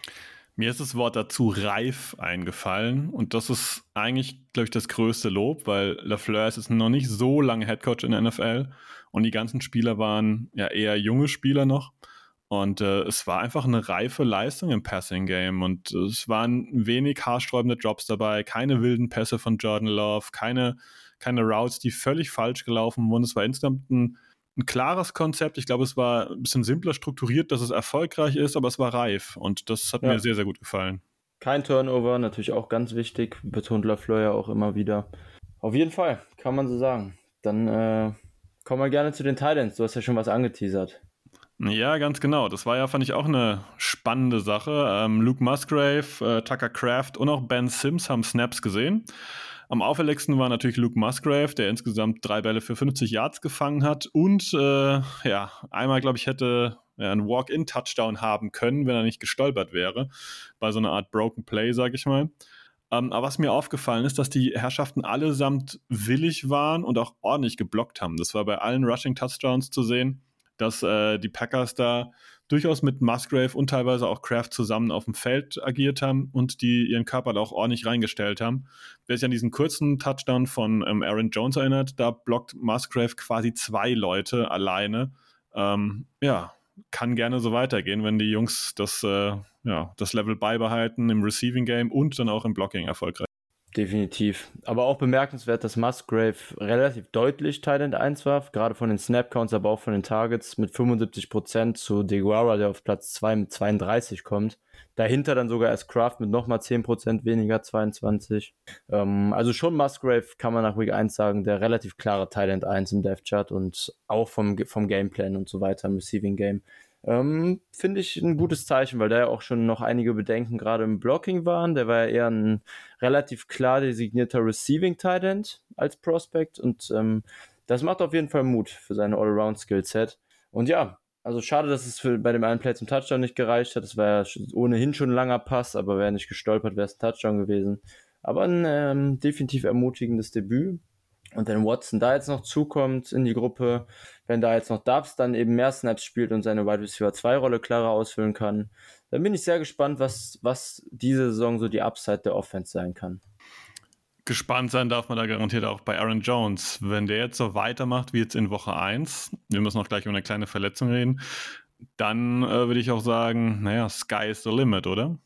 Mir ist das Wort dazu reif eingefallen und das ist eigentlich, glaube ich, das größte Lob, weil LaFleur ist jetzt noch nicht so lange Headcoach in der N F L und die ganzen Spieler waren ja eher junge Spieler noch und äh, es war einfach eine reife Leistung im Passing-Game und äh, es waren wenig haarsträubende Drops dabei, keine wilden Pässe von Jordan Love, keine, keine Routes, die völlig falsch gelaufen wurden. Es war insgesamt ein Ein klares Konzept. Ich glaube, es war ein bisschen simpler strukturiert, dass es erfolgreich ist, aber es war reif und das hat ja. mir sehr, sehr gut gefallen. Kein Turnover, natürlich auch ganz wichtig, betont LaFleur ja auch immer wieder. Auf jeden Fall, kann man so sagen. Dann äh, kommen wir gerne zu den Tight Ends. Du hast ja schon was angeteasert. Ja, ganz genau. Das war ja, fand ich, auch eine spannende Sache. Ähm, Luke Musgrave, äh, Tucker Kraft und auch Ben Sims haben Snaps gesehen. Am auffälligsten war natürlich Luke Musgrave, der insgesamt drei Bälle für fünfzig Yards gefangen hat und äh, ja, einmal, glaube ich, hätte ja, einen Walk-in-Touchdown haben können, wenn er nicht gestolpert wäre, bei so einer Art Broken Play, sage ich mal. Ähm, aber was mir aufgefallen ist, dass die Herrschaften allesamt willig waren und auch ordentlich geblockt haben. Das war bei allen Rushing-Touchdowns zu sehen, dass äh, die Packers da durchaus mit Musgrave und teilweise auch Kraft zusammen auf dem Feld agiert haben und die ihren Körper da auch ordentlich reingestellt haben. Wer sich an diesen kurzen Touchdown von ähm, Aaron Jones erinnert, da blockt Musgrave quasi zwei Leute alleine. Ähm, ja, kann gerne so weitergehen, wenn die Jungs das, äh, ja, das Level beibehalten im Receiving Game und dann auch im Blocking erfolgreich. Definitiv. Aber auch bemerkenswert, dass Musgrave relativ deutlich Tight End eins war, gerade von den Snap-Counts, aber auch von den Targets mit fünfundsiebzig Prozent zu DeGuara, der auf Platz zwei mit zweiunddreißig kommt. Dahinter dann sogar erst Kraft mit nochmal zehn Prozent weniger, zweiundzwanzig. Ähm, also schon Musgrave, kann man nach Week eins sagen, der relativ klare Tight End eins im Depth-Chart und auch vom, vom Gameplan und so weiter im Receiving-Game. Ähm, finde ich ein gutes Zeichen, weil da ja auch schon noch einige Bedenken gerade im Blocking waren. Der war ja eher ein relativ klar designierter Receiving Tight End als Prospect und ähm, das macht auf jeden Fall Mut für seine All-Around-Skillset. Und ja, Also schade, dass es für, bei dem einen Play zum Touchdown nicht gereicht hat. Das war ja ohnehin schon ein langer Pass, aber wäre nicht gestolpert, wäre es ein Touchdown gewesen. Aber ein ähm, definitiv ermutigendes Debüt. Und wenn Watson da jetzt noch zukommt in die Gruppe, wenn da jetzt noch Dubs dann eben mehr Snaps spielt und seine Wide Receiver zwei Rolle klarer ausfüllen kann, dann bin ich sehr gespannt, was, was diese Saison so die Upside der Offense sein kann. Gespannt sein darf man da garantiert auch bei Aaron Jones. Wenn der jetzt so weitermacht wie jetzt in Woche eins, wir müssen auch gleich über eine kleine Verletzung reden, dann äh, würde ich auch sagen, naja, sky is the limit, oder?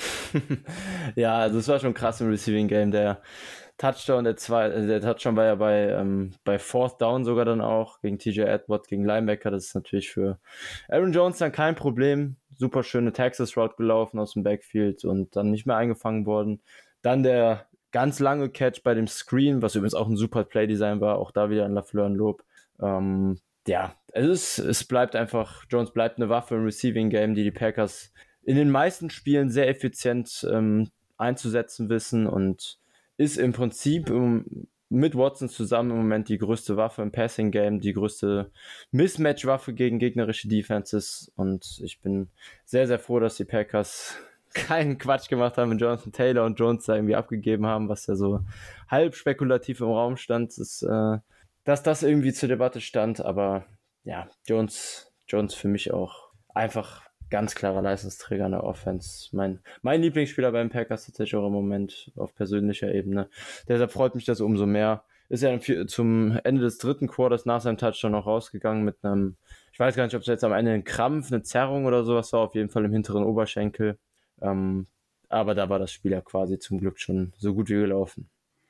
Ja, also es war schon krass im Receiving Game. Der Touchdown, der, zwei, der Touchdown war ja bei, ähm, bei Fourth Down sogar dann auch gegen T J Edwards, gegen Linebacker. Das ist natürlich für Aaron Jones dann kein Problem. Super schöne Texas Route gelaufen aus dem Backfield und dann nicht mehr eingefangen worden. Dann der ganz lange Catch bei dem Screen, was übrigens auch ein super Play-Design war, auch da wieder an LaFleur ein Lob. Ähm, ja, es, ist, es bleibt einfach, Jones bleibt eine Waffe im Receiving-Game, die die Packers in den meisten Spielen sehr effizient ähm, einzusetzen wissen und ist im Prinzip um, mit Watson zusammen im Moment die größte Waffe im Passing-Game, die größte Mismatch-Waffe gegen gegnerische Defenses und ich bin sehr, sehr froh, dass die Packers keinen Quatsch gemacht haben, wenn Jonathan Taylor und Jones da irgendwie abgegeben haben, was ja so halb spekulativ im Raum stand, ist, äh, dass das irgendwie zur Debatte stand, aber ja, Jones, Jones für mich auch einfach ganz klarer Leistungsträger in der Offense. Mein, mein Lieblingsspieler beim Packers tatsächlich auch im Moment auf persönlicher Ebene. Deshalb freut mich das umso mehr. Ist ja zum Ende des dritten Quarters nach seinem Touchdown noch rausgegangen mit einem, ich weiß gar nicht, ob es jetzt am Ende ein Krampf, eine Zerrung oder sowas war, auf jeden Fall im hinteren Oberschenkel. Ähm, aber da war das Spiel ja quasi zum Glück schon so gut wie gelaufen.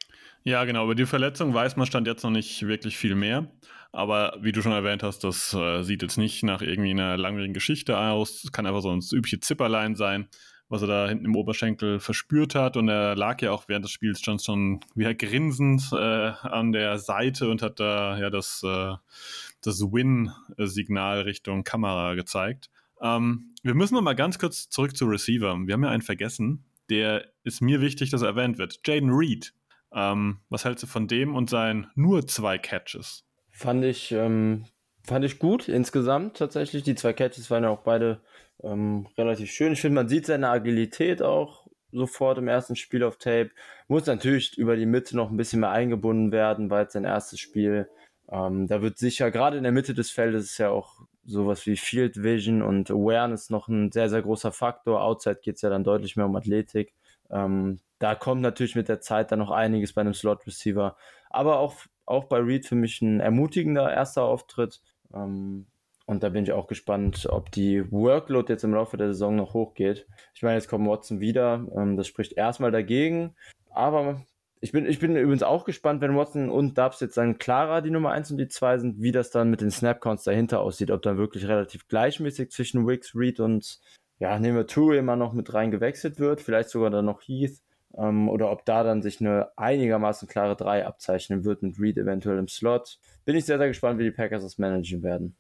Ja, genau. Über die Verletzung weiß man Stand jetzt noch nicht wirklich viel mehr. Aber wie du schon erwähnt hast, das äh, sieht jetzt nicht nach irgendwie einer langwierigen Geschichte aus. Es kann einfach so ein übliche Zipperlein sein, was er da hinten im Oberschenkel verspürt hat. Und er lag ja auch während des Spiels schon, schon wieder grinsend äh, an der Seite und hat da ja das, äh, das Win-Signal Richtung Kamera gezeigt. Ähm, wir müssen noch mal ganz kurz zurück zu Receiver. Wir haben ja einen vergessen. Der ist mir wichtig, dass er erwähnt wird. Jayden Reed. Ähm, was hältst du von dem und seinen nur zwei Catches? Fand ich, ähm, fand ich gut insgesamt tatsächlich. Die zwei Catches waren ja auch beide ähm, relativ schön. Ich finde, man sieht seine Agilität auch sofort im ersten Spiel auf Tape. Muss natürlich über die Mitte noch ein bisschen mehr eingebunden werden, weil es sein erstes Spiel. Ähm, da wird sicher, gerade in der Mitte des Feldes ist ja auch sowas wie Field Vision und Awareness noch ein sehr, sehr großer Faktor. Outside geht es ja dann deutlich mehr um Athletik. Ähm, da kommt natürlich mit der Zeit dann noch einiges bei einem Slot-Receiver. Aber auch, auch bei Reed für mich ein ermutigender erster Auftritt. Ähm, und da bin ich auch gespannt, ob die Workload jetzt im Laufe der Saison noch hochgeht. Ich meine, jetzt kommt Watson wieder. Ähm, das spricht erstmal dagegen. Aber ich bin, ich bin übrigens auch gespannt, wenn Watson und Dubs jetzt dann klarer die Nummer eins und die zwei sind, wie das dann mit den Snap-Counts dahinter aussieht. Ob dann wirklich relativ gleichmäßig zwischen Wicks, Reed und, ja, nehmen wir Toure immer noch mit rein gewechselt wird. Vielleicht sogar dann noch Heath. Ähm, oder ob da dann sich eine einigermaßen klare drei abzeichnen wird mit Reed eventuell im Slot. Bin ich sehr, sehr gespannt, wie die Packers das managen werden.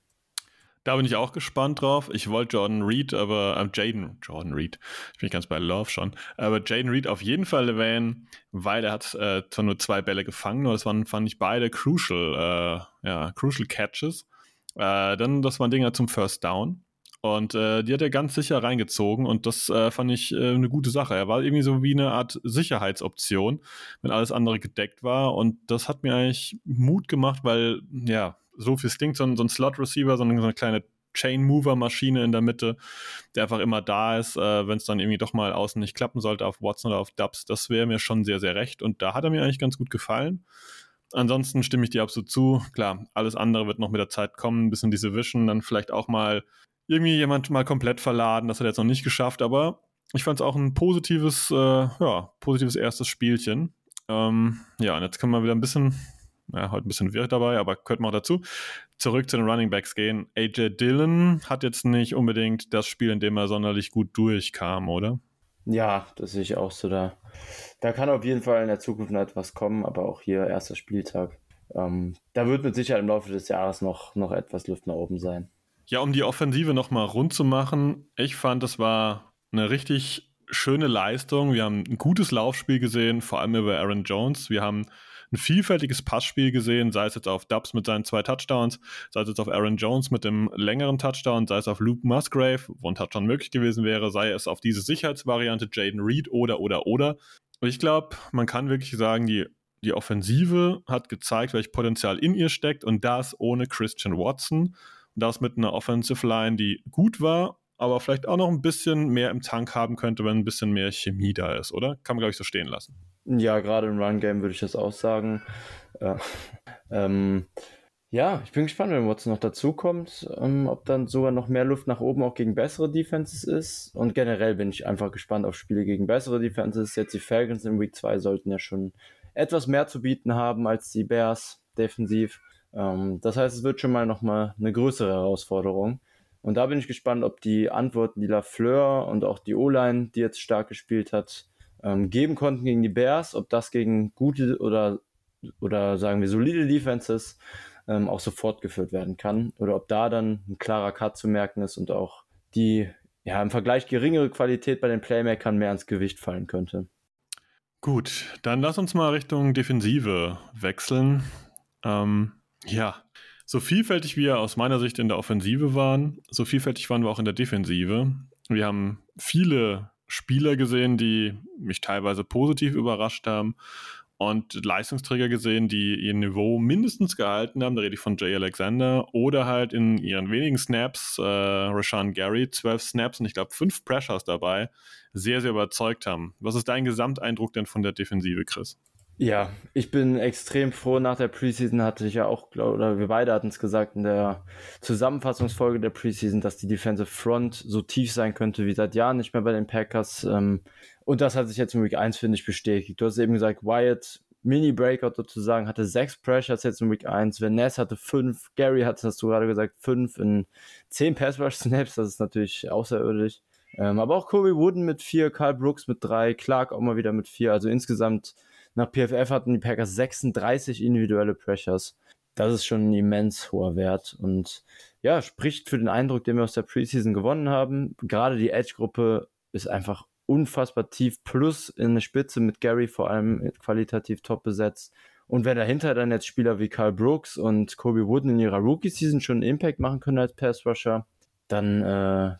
Da bin ich auch gespannt drauf. Ich wollte Jordan Reed, aber äh, Jayden, Jordan Reed, ich bin ganz bei Love schon, aber Jayden Reed auf jeden Fall erwähnen, weil er hat äh, zwar nur zwei Bälle gefangen, aber das waren, fand ich beide crucial, äh, ja, crucial Catches. Äh, dann, das waren Dinger zum First Down. Und äh, die hat er ganz sicher reingezogen und das äh, fand ich äh, eine gute Sache. Er war irgendwie so wie eine Art Sicherheitsoption, wenn alles andere gedeckt war und das hat mir eigentlich Mut gemacht, weil, ja, so viel klingt, so ein, so ein Slot-Receiver, so eine, so eine kleine Chain-Mover-Maschine in der Mitte, der einfach immer da ist, äh, wenn es dann irgendwie doch mal außen nicht klappen sollte auf Watson oder auf Dubs, das wäre mir schon sehr, sehr recht und da hat er mir eigentlich ganz gut gefallen. Ansonsten stimme ich dir absolut zu. Klar, alles andere wird noch mit der Zeit kommen, ein bisschen diese Vision, dann vielleicht auch mal irgendwie jemand mal komplett verladen, das hat er jetzt noch nicht geschafft, aber ich fand es auch ein positives, äh, ja, positives erstes Spielchen. Ähm, ja, und jetzt können wir wieder ein bisschen, ja, heute ein bisschen wirr dabei, aber könnten wir auch dazu, zurück zu den Running Backs gehen. A J Dillon hat jetzt nicht unbedingt das Spiel, in dem er sonderlich gut durchkam, oder? Ja, das sehe ich auch so. Da, da kann auf jeden Fall in der Zukunft noch etwas kommen, aber auch hier erster Spieltag. Ähm, da wird mit Sicherheit im Laufe des Jahres noch, noch etwas Luft nach oben sein. Ja, um die Offensive nochmal rund zu machen, ich fand, das war eine richtig schöne Leistung. Wir haben ein gutes Laufspiel gesehen, vor allem über Aaron Jones. Wir haben ein vielfältiges Passspiel gesehen, sei es jetzt auf Dubs mit seinen zwei Touchdowns, sei es jetzt auf Aaron Jones mit dem längeren Touchdown, sei es auf Luke Musgrave, wo ein Touchdown möglich gewesen wäre, sei es auf diese Sicherheitsvariante Jaden Reed oder, oder, oder. Und ich glaube, man kann wirklich sagen, die, die Offensive hat gezeigt, welches Potenzial in ihr steckt und das ohne Christian Watson. Und das mit einer Offensive Line, die gut war, aber vielleicht auch noch ein bisschen mehr im Tank haben könnte, wenn ein bisschen mehr Chemie da ist, oder? Kann man, glaube ich, so stehen lassen. Ja, gerade im Run-Game würde ich das auch sagen. Äh, ähm, ja, ich bin gespannt, wenn Watson noch dazukommt, ähm, ob dann sogar noch mehr Luft nach oben auch gegen bessere Defenses ist. Und generell bin ich einfach gespannt auf Spiele gegen bessere Defenses. Jetzt die Falcons in Week zwei sollten ja schon etwas mehr zu bieten haben als die Bears defensiv. Ähm, das heißt, es wird schon mal nochmal eine größere Herausforderung. Und da bin ich gespannt, ob die Antworten, die Lafleur und auch die O-Line, die jetzt stark gespielt hat, ähm, geben konnten gegen die Bears, ob das gegen gute oder, oder sagen wir solide Defenses ähm, auch so fortgeführt werden kann. Oder ob da dann ein klarer Cut zu merken ist und auch die ja im Vergleich geringere Qualität bei den Playmakern mehr ins Gewicht fallen könnte. Gut, dann lass uns mal Richtung Defensive wechseln. Ähm, ja, so vielfältig wir aus meiner Sicht in der Offensive waren, so vielfältig waren wir auch in der Defensive. Wir haben viele Spieler gesehen, die mich teilweise positiv überrascht haben und Leistungsträger gesehen, die ihr Niveau mindestens gehalten haben. Da rede ich von Jay Alexander oder halt in ihren wenigen Snaps, äh, Rashan Gary, zwölf Snaps und ich glaube fünf Pressures dabei, sehr, sehr überzeugt haben. Was ist dein Gesamteindruck denn von der Defensive, Chris? Ja, ich bin extrem froh. Nach der Preseason hatte ich ja auch, glaub, oder wir beide hatten es gesagt in der Zusammenfassungsfolge der Preseason, dass die Defensive Front so tief sein könnte wie seit Jahren nicht mehr bei den Packers. Und das hat sich jetzt in Week eins, finde ich, bestätigt. Du hast eben gesagt, Wyatt, Mini-Breakout sozusagen, hatte sechs Pressures jetzt in Week eins. Van Ness hatte fünf. Gary hatte, hast du gerade gesagt, fünf in zehn Pass-Rush-Snaps. Das ist natürlich außerirdisch. Aber auch Corey Wooden mit vier, Karl Brooks mit drei, Clark auch mal wieder mit vier. Also insgesamt nach P F F hatten die Packers sechsunddreißig individuelle Pressures. Das ist schon ein immens hoher Wert und ja, spricht für den Eindruck, den wir aus der Preseason gewonnen haben. Gerade die Edge-Gruppe ist einfach unfassbar tief, plus in der Spitze mit Gary vor allem qualitativ top besetzt. Und wenn dahinter dann jetzt Spieler wie Karl Brooks und Kobe Wooden in ihrer Rookie-Season schon einen Impact machen können als Pass-Rusher, dann äh,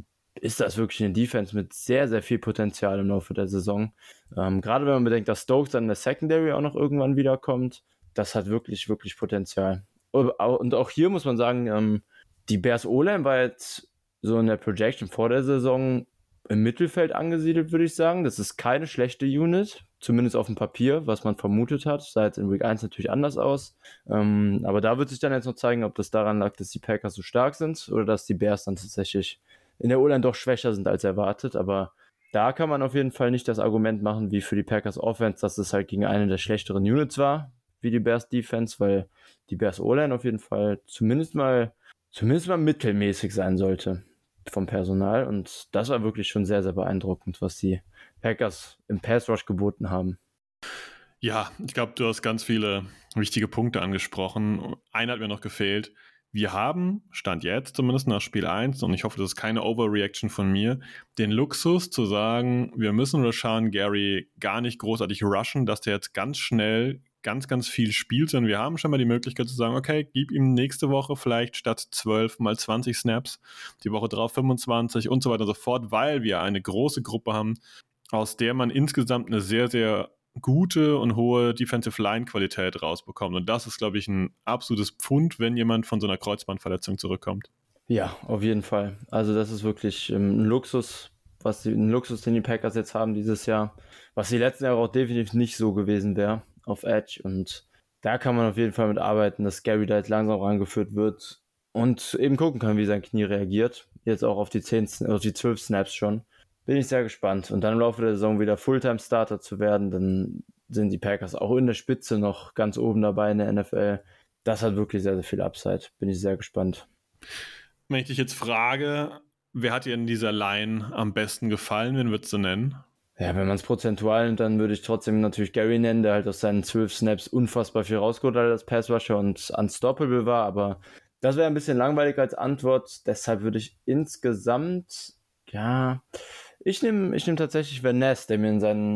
ist das wirklich eine Defense mit sehr, sehr viel Potenzial im Laufe der Saison. Ähm, gerade wenn man bedenkt, dass Stokes dann in der Secondary auch noch irgendwann wiederkommt, das hat wirklich, wirklich Potenzial. Und auch hier muss man sagen, ähm, die Bears O-Line war jetzt so in der Projection vor der Saison im Mittelfeld angesiedelt, würde ich sagen. Das ist keine schlechte Unit, zumindest auf dem Papier, was man vermutet hat. Sah jetzt in Week eins natürlich anders aus. Ähm, aber da wird sich dann jetzt noch zeigen, ob das daran lag, dass die Packers so stark sind oder dass die Bears dann tatsächlich in der O-Line doch schwächer sind als erwartet, aber da kann man auf jeden Fall nicht das Argument machen, wie für die Packers Offense, dass es halt gegen eine der schlechteren Units war, wie die Bears Defense, weil die Bears O-Line auf jeden Fall zumindest mal, zumindest mal mittelmäßig sein sollte vom Personal und das war wirklich schon sehr, sehr beeindruckend, was die Packers im Pass Rush geboten haben. Ja, ich glaube, du hast ganz viele wichtige Punkte angesprochen. Einer hat mir noch gefehlt. Wir haben, Stand jetzt zumindest nach Spiel eins, und ich hoffe, das ist keine Overreaction von mir, den Luxus zu sagen, wir müssen Rashan Gary gar nicht großartig rushen, dass der jetzt ganz schnell ganz, ganz viel spielt, sondern wir haben schon mal die Möglichkeit zu sagen, okay, gib ihm nächste Woche vielleicht statt zwölf mal zwanzig Snaps, die Woche drauf fünfundzwanzig und so weiter und so fort, weil wir eine große Gruppe haben, aus der man insgesamt eine sehr, sehr gute und hohe Defensive-Line-Qualität rausbekommt. Und das ist, glaube ich, ein absolutes Pfund, wenn jemand von so einer Kreuzbandverletzung zurückkommt. Ja, auf jeden Fall. Also das ist wirklich ähm, ein Luxus, was die, ein Luxus, den die Packers jetzt haben dieses Jahr, was die letzten Jahre auch definitiv nicht so gewesen wäre auf Edge. Und da kann man auf jeden Fall mit arbeiten, dass Gary da jetzt langsam rangeführt wird und eben gucken kann, wie sein Knie reagiert. Jetzt auch auf die zehn, auf die zwölf Snaps schon. Bin ich sehr gespannt. Und dann im Laufe der Saison wieder Fulltime-Starter zu werden, dann sind die Packers auch in der Spitze noch ganz oben dabei in der N F L. Das hat wirklich sehr, sehr viel Upside. Bin ich sehr gespannt. Wenn ich dich jetzt frage, wer hat dir in dieser Line am besten gefallen, wen würdest du nennen? Ja, wenn man es prozentual nimmt, dann würde ich trotzdem natürlich Gary nennen, der halt aus seinen zwölf Snaps unfassbar viel rausgeholt hat als Pass-Rusher und unstoppable war. Aber das wäre ein bisschen langweilig als Antwort. Deshalb würde ich insgesamt, ja... Ich nehme ich nehm tatsächlich Van Ness, der mir in seinen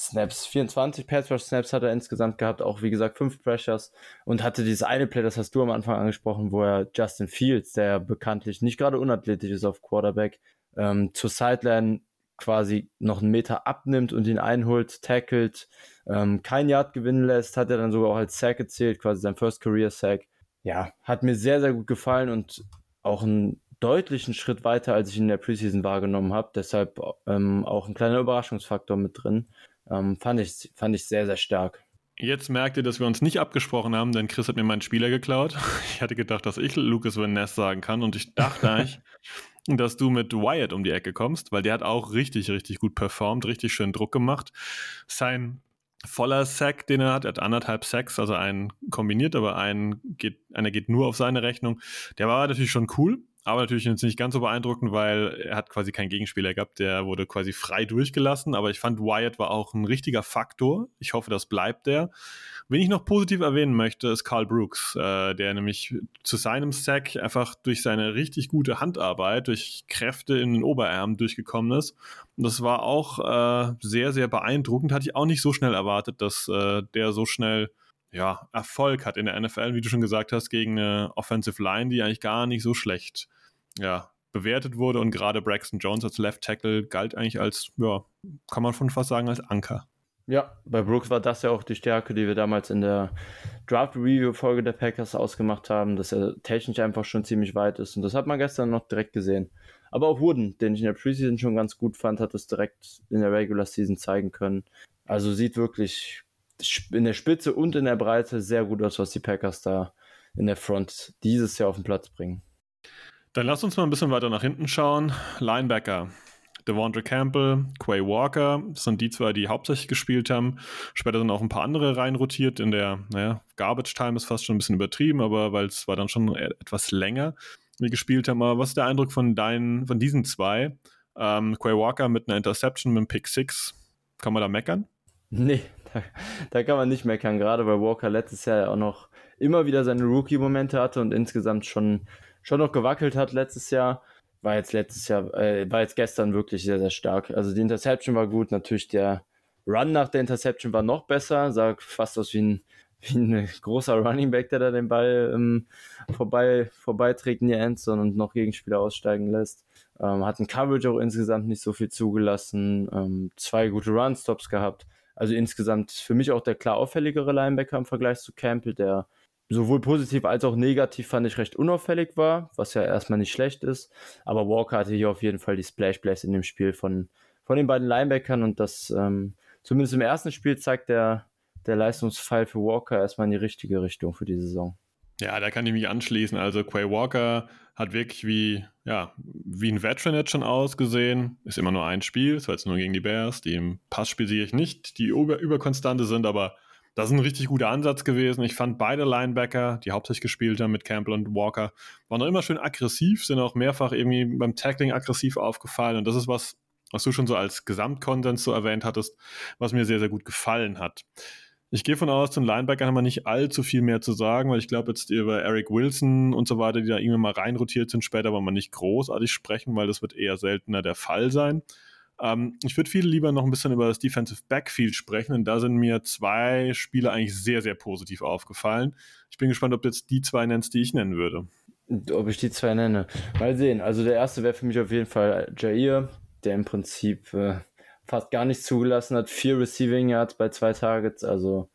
Snaps, vierundzwanzig Pass-Rush-Snaps hat er insgesamt gehabt, auch wie gesagt fünf Pressures und hatte dieses eine Play, das hast du am Anfang angesprochen, wo er Justin Fields, der bekanntlich nicht gerade unathletisch ist auf Quarterback, ähm, zur Sideline quasi noch einen Meter abnimmt und ihn einholt, tackelt, ähm, kein Yard gewinnen lässt, hat er dann sogar auch als Sack gezählt, quasi sein First Career Sack. Ja, hat mir sehr, sehr gut gefallen und auch einen deutlichen Schritt weiter, als ich ihn in der Preseason wahrgenommen habe. Deshalb ähm, auch ein kleiner Überraschungsfaktor mit drin. Ähm, fand ich, fand ich sehr, sehr stark. Jetzt merkt ihr, dass wir uns nicht abgesprochen haben, denn Chris hat mir meinen Spieler geklaut. Ich hatte gedacht, dass ich Lucas Van Ness sagen kann und ich dachte eigentlich, dass du mit Wyatt um die Ecke kommst, weil der hat auch richtig, richtig gut performt, richtig schön Druck gemacht. Sein voller Sack, den er hat, er hat anderthalb Sacks, also einen kombiniert, aber einen geht, einer geht nur auf seine Rechnung. Der war natürlich schon cool, aber natürlich jetzt nicht ganz so beeindruckend, weil er hat quasi keinen Gegenspieler gehabt, der wurde quasi frei durchgelassen, aber ich fand, Wyatt war auch ein richtiger Faktor. Ich hoffe, das bleibt der. Wen ich noch positiv erwähnen möchte, ist Carl Brooks, äh, der nämlich zu seinem Sack einfach durch seine richtig gute Handarbeit, durch Kräfte in den Oberarm durchgekommen ist. Und das war auch äh, sehr, sehr beeindruckend. Hatte ich auch nicht so schnell erwartet, dass äh, der so schnell ja, Erfolg hat in der N F L, wie du schon gesagt hast, gegen eine Offensive Line, die eigentlich gar nicht so schlecht ja, bewertet wurde. Und gerade Braxton Jones als Left Tackle galt eigentlich als, ja, kann man schon fast sagen, als Anker. Ja, bei Brooks war das ja auch die Stärke, die wir damals in der Draft-Review-Folge der Packers ausgemacht haben, dass er technisch einfach schon ziemlich weit ist. Und das hat man gestern noch direkt gesehen. Aber auch Wooden, den ich in der Preseason schon ganz gut fand, hat es direkt in der Regular Season zeigen können. Also sieht wirklich in der Spitze und in der Breite sehr gut aus, was die Packers da in der Front dieses Jahr auf den Platz bringen. Dann lass uns mal ein bisschen weiter nach hinten schauen. Linebacker. Devondre Campbell, Quay Walker, das sind die zwei, die hauptsächlich gespielt haben. Später sind auch ein paar andere reinrotiert in der, naja, Garbage Time ist fast schon ein bisschen übertrieben, aber weil es war dann schon etwas länger, wie gespielt haben. Aber was ist der Eindruck von deinen, von diesen zwei? Ähm, Quay Walker mit einer Interception, mit einem Pick Six. Kann man da meckern? Nee, da, da kann man nicht meckern, gerade weil Walker letztes Jahr ja auch noch immer wieder seine Rookie-Momente hatte und insgesamt schon, schon noch gewackelt hat letztes Jahr. War jetzt letztes Jahr, äh, war jetzt gestern wirklich sehr, sehr stark. Also die Interception war gut, natürlich der Run nach der Interception war noch besser, sah fast aus wie ein, wie ein großer Running Back, der da den Ball ähm, vorbei, vorbeiträgt in die Endzone und noch Gegenspieler aussteigen lässt. Ähm, hat ein Coverage auch insgesamt nicht so viel zugelassen, ähm, zwei gute Run-Stops gehabt. Also insgesamt für mich auch der klar auffälligere Linebacker im Vergleich zu Campbell, der sowohl positiv als auch negativ fand ich recht unauffällig war, was ja erstmal nicht schlecht ist. Aber Walker hatte hier auf jeden Fall die Splash-Plays in dem Spiel von, von den beiden Linebackern und das ähm, zumindest im ersten Spiel zeigt der, der Leistungsfall für Walker erstmal in die richtige Richtung für die Saison. Ja, da kann ich mich anschließen. Also Quay Walker hat wirklich wie, ja, wie ein Veteran jetzt schon ausgesehen. Ist immer nur ein Spiel, das war jetzt nur gegen die Bears, die im Passspiel sehe ich nicht, die über, überkonstante sind, aber das ist ein richtig guter Ansatz gewesen. Ich fand beide Linebacker, die hauptsächlich gespielt haben mit Campbell und Walker, waren noch immer schön aggressiv, sind auch mehrfach irgendwie beim Tackling aggressiv aufgefallen. Und das ist was, was du schon so als Gesamtkonsens so erwähnt hattest, was mir sehr, sehr gut gefallen hat. Ich gehe von aus, zu den Linebackern haben wir nicht allzu viel mehr zu sagen, weil ich glaube jetzt über Eric Wilson und so weiter, die da irgendwie mal reinrotiert sind, später wollen wir nicht großartig sprechen, weil das wird eher seltener der Fall sein. Ähm, ich würde viel lieber noch ein bisschen über das Defensive Backfield sprechen, und da sind mir zwei Spieler eigentlich sehr, sehr positiv aufgefallen. Ich bin gespannt, ob du jetzt die zwei nennst, die ich nennen würde. Ob ich die zwei nenne? Mal sehen. Also der erste wäre für mich auf jeden Fall Jair, der im Prinzip äh, fast gar nichts zugelassen hat. Vier Receiving Yards bei zwei Targets, also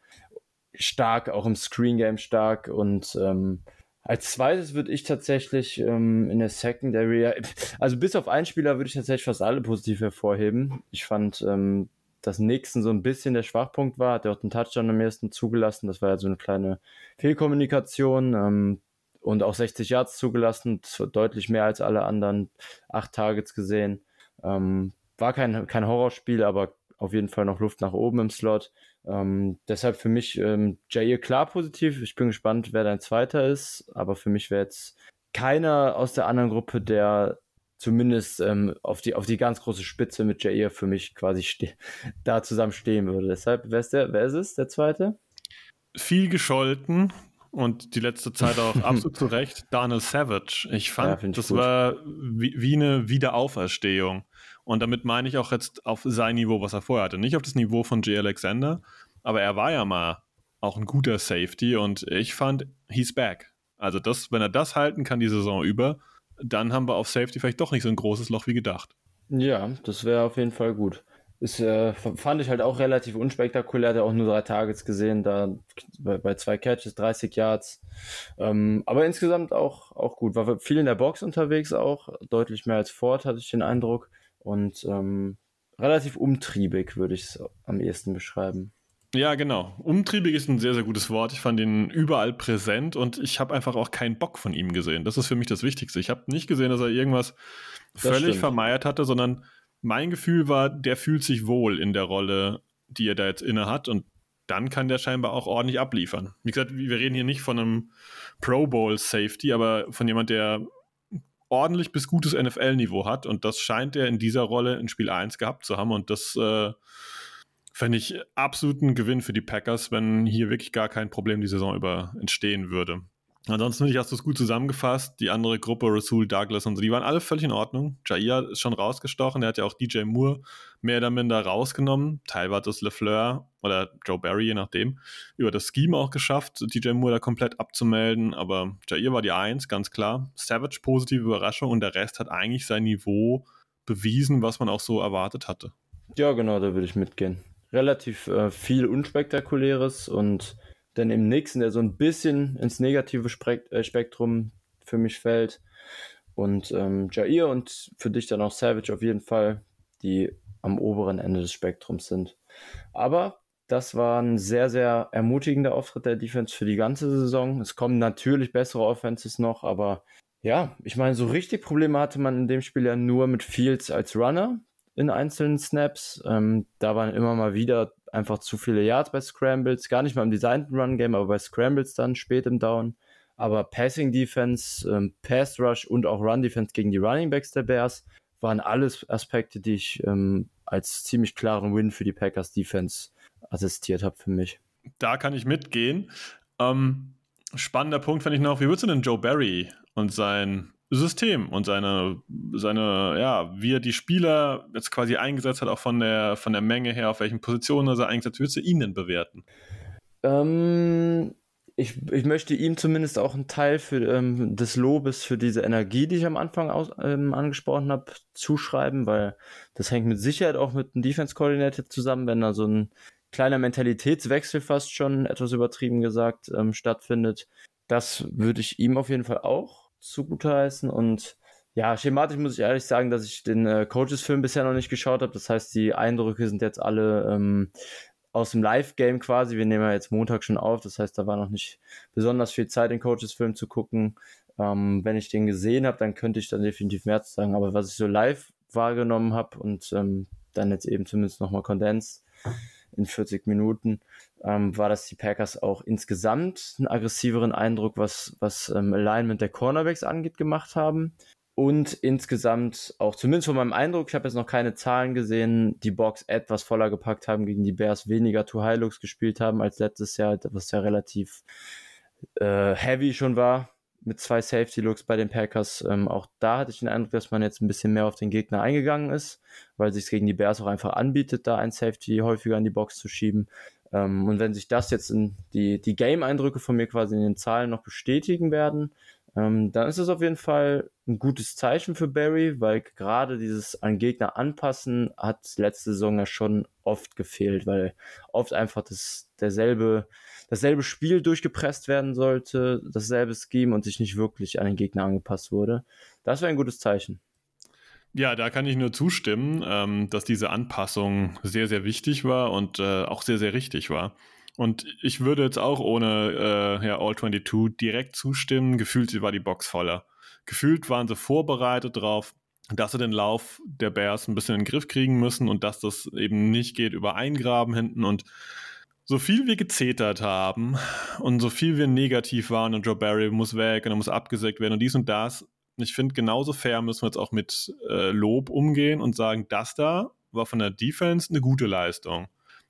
stark, auch im Screen Game stark. Und ähm, als zweites würde ich tatsächlich ähm, in der Secondary, also bis auf einen Spieler würde ich tatsächlich fast alle positiv hervorheben. Ich fand, ähm, dass Nixon so ein bisschen der Schwachpunkt war, hat er auch den Touchdown am ersten zugelassen. Das war ja so eine kleine Fehlkommunikation ähm, und auch sechzig Yards zugelassen, das war deutlich mehr als alle anderen, acht Targets gesehen. Ähm, war kein, kein Horrorspiel, aber auf jeden Fall noch Luft nach oben im Slot. Ähm, deshalb für mich ähm, Jair klar positiv. Ich bin gespannt, wer dein Zweiter ist, aber für mich wäre jetzt keiner aus der anderen Gruppe, der zumindest ähm, auf die auf die ganz große Spitze mit Jair für mich quasi ste- da zusammen stehen würde. Deshalb, wer ist, der, wer ist es, der Zweite? Viel gescholten und die letzte Zeit auch absolut zu Recht, Darnell Savage. Ich fand, Ja, find ich das gut. war wie, wie eine Wiederauferstehung. Und damit meine ich auch jetzt auf sein Niveau, was er vorher hatte. Nicht auf das Niveau von Jay Alexander, aber er war ja mal auch ein guter Safety und ich fand, he's back. Also das, wenn er das halten kann die Saison über, dann haben wir auf Safety vielleicht doch nicht so ein großes Loch wie gedacht. Ja, das wäre auf jeden Fall gut. Ist, äh, fand ich halt auch relativ unspektakulär, hat er auch nur drei Targets gesehen, da bei, bei zwei Catches, dreißig Yards. Ähm, aber insgesamt auch, auch gut. War viel in der Box unterwegs auch, deutlich mehr als Ford, hatte ich den Eindruck. Und ähm, relativ umtriebig, würde ich es am ehesten beschreiben. Ja, genau. Umtriebig ist ein sehr, sehr gutes Wort. Ich fand ihn überall präsent und ich habe einfach auch keinen Bock von ihm gesehen. Das ist für mich das Wichtigste. Ich habe nicht gesehen, dass er irgendwas Das völlig stimmt. vermeiert hatte, sondern mein Gefühl war, der fühlt sich wohl in der Rolle, die er da jetzt inne hat und dann kann der scheinbar auch ordentlich abliefern. Wie gesagt, wir reden hier nicht von einem Pro Bowl Safety, aber von jemand, der ordentlich bis gutes N F L-Niveau hat und das scheint er in dieser Rolle in Spiel eins gehabt zu haben und das äh, fände ich absoluten Gewinn für die Packers, wenn hier wirklich gar kein Problem die Saison über entstehen würde. Ansonsten finde ich, hast du es gut zusammengefasst. Die andere Gruppe, Rasul Douglas und so, die waren alle völlig in Ordnung. Jair ist schon rausgestochen, der hat ja auch D J Moore mehr oder minder rausgenommen. Teilweise hat es LeFleur oder Joe Barry, je nachdem, über das Scheme auch geschafft, D J Moore da komplett abzumelden. Aber Jair war die Eins, ganz klar. Savage, positive Überraschung und der Rest hat eigentlich sein Niveau bewiesen, was man auch so erwartet hatte. Ja, genau, da würde ich mitgehen. Relativ äh, viel Unspektakuläres und dann im nächsten, der so ein bisschen ins negative Spek- äh, Spektrum für mich fällt. Und ähm, Jair und für dich dann auch Savage auf jeden Fall, die am oberen Ende des Spektrums sind. Aber das war ein sehr, sehr ermutigender Auftritt der Defense für die ganze Saison. Es kommen natürlich bessere Offenses noch, aber ja, ich meine, so richtig Probleme hatte man in dem Spiel ja nur mit Fields als Runner in einzelnen Snaps. Ähm, da waren immer mal wieder einfach zu viele Yards bei Scrambles, gar nicht mal im designten Run-Game, aber bei Scrambles dann spät im Down. Aber Passing Defense, ähm, Pass Rush und auch Run Defense gegen die Running Backs der Bears waren alles Aspekte, die ich ähm, als ziemlich klaren Win für die Packers Defense assistiert habe für mich. Da kann ich mitgehen. Ähm, spannender Punkt fand ich noch, wie würdest du denn Joe Barry und sein System und seine, seine, ja, wie er die Spieler jetzt quasi eingesetzt hat, auch von der, von der Menge her, auf welchen Positionen er eingesetzt hat, würdest du ihn denn bewerten? Ähm, ich, ich möchte ihm zumindest auch einen Teil für, ähm, des Lobes für diese Energie, die ich am Anfang aus, ähm, angesprochen habe, zuschreiben, weil das hängt mit Sicherheit auch mit dem Defense Coordinator zusammen, wenn da so ein kleiner Mentalitätswechsel fast schon, etwas übertrieben gesagt, ähm, stattfindet. Das würde ich ihm auf jeden Fall auch zugutheißen und ja, schematisch muss ich ehrlich sagen, dass ich den äh, Coaches-Film bisher noch nicht geschaut habe. Das heißt, die Eindrücke sind jetzt alle ähm, aus dem Live-Game quasi. Wir nehmen ja jetzt Montag schon auf. Das heißt, da war noch nicht besonders viel Zeit, den Coaches-Film zu gucken. Ähm, wenn ich den gesehen habe, dann könnte ich dann definitiv mehr zu sagen. Aber was ich so live wahrgenommen habe und ähm, dann jetzt eben zumindest nochmal kondensiert in vierzig Minuten, ähm, war, dass die Packers auch insgesamt einen aggressiveren Eindruck, was, was ähm, Alignment der Cornerbacks angeht, gemacht haben. Und insgesamt auch, zumindest von meinem Eindruck, ich habe jetzt noch keine Zahlen gesehen, die Box etwas voller gepackt haben, gegen die Bears weniger Too-High-Looks gespielt haben als letztes Jahr, was ja relativ äh, heavy schon war, mit zwei Safety-Looks bei den Packers. Ähm, auch da hatte ich den Eindruck, dass man jetzt ein bisschen mehr auf den Gegner eingegangen ist, weil sich es gegen die Bears auch einfach anbietet, da ein Safety häufiger in die Box zu schieben. Ähm, und wenn sich das jetzt in die, die Game-Eindrücke von mir quasi in den Zahlen noch bestätigen werden, ähm, dann ist es auf jeden Fall ein gutes Zeichen für Barry, weil gerade dieses an Gegner anpassen hat letzte Saison ja schon oft gefehlt, weil oft einfach das, derselbe, dasselbe Spiel durchgepresst werden sollte, dasselbe Scheme und sich nicht wirklich an den Gegner angepasst wurde. Das wäre ein gutes Zeichen. Ja, da kann ich nur zustimmen, ähm, dass diese Anpassung sehr, sehr wichtig war und äh, auch sehr, sehr richtig war. Und ich würde jetzt auch ohne äh, ja, All zweiundzwanzig direkt zustimmen. Gefühlt war die Box voller. Gefühlt waren sie vorbereitet drauf, dass sie den Lauf der Bears ein bisschen in den Griff kriegen müssen und dass das eben nicht geht über Eingraben hinten. Und so viel wir gezetert haben und so viel wir negativ waren und Joe Barry muss weg und er muss abgesägt werden und dies und das, ich finde, genauso fair müssen wir jetzt auch mit äh, Lob umgehen und sagen, das da war von der Defense eine gute Leistung.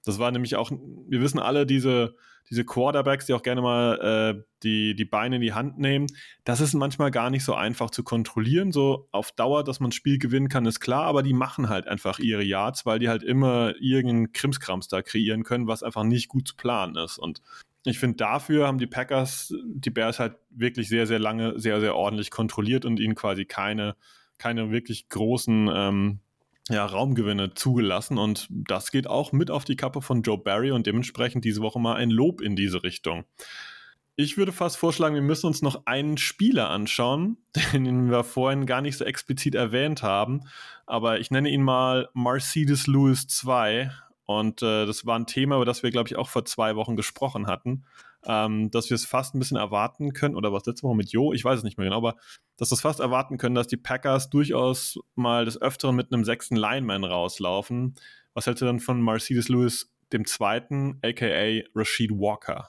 Das war nämlich auch, wir wissen alle, diese, diese Quarterbacks, die auch gerne mal äh, die, die Beine in die Hand nehmen, das ist manchmal gar nicht so einfach zu kontrollieren. So auf Dauer, dass man ein Spiel gewinnen kann, ist klar, aber die machen halt einfach ihre Yards, weil die halt immer irgendeinen Krimskrams da kreieren können, was einfach nicht gut zu planen ist. Und ich finde, dafür haben die Packers die Bears halt wirklich sehr, sehr lange, sehr, sehr ordentlich kontrolliert und ihnen quasi keine, keine wirklich großen ähm, ja, Raumgewinne zugelassen. Und das geht auch mit auf die Kappe von Joe Barry und dementsprechend diese Woche mal ein Lob in diese Richtung. Ich würde fast vorschlagen, wir müssen uns noch einen Spieler anschauen, den wir vorhin gar nicht so explizit erwähnt haben, aber ich nenne ihn mal Marcedes Lewis zwei. Und äh, das war ein Thema, über das wir, glaube ich, auch vor zwei Wochen gesprochen hatten, ähm, dass wir es fast ein bisschen erwarten können, oder was letzte Woche mit Jo, ich weiß es nicht mehr genau, aber dass wir es fast erwarten können, dass die Packers durchaus mal des Öfteren mit einem sechsten Lineman rauslaufen. Was hältst du dann von Marcedes Lewis dem Zweiten, aka Rasheed Walker?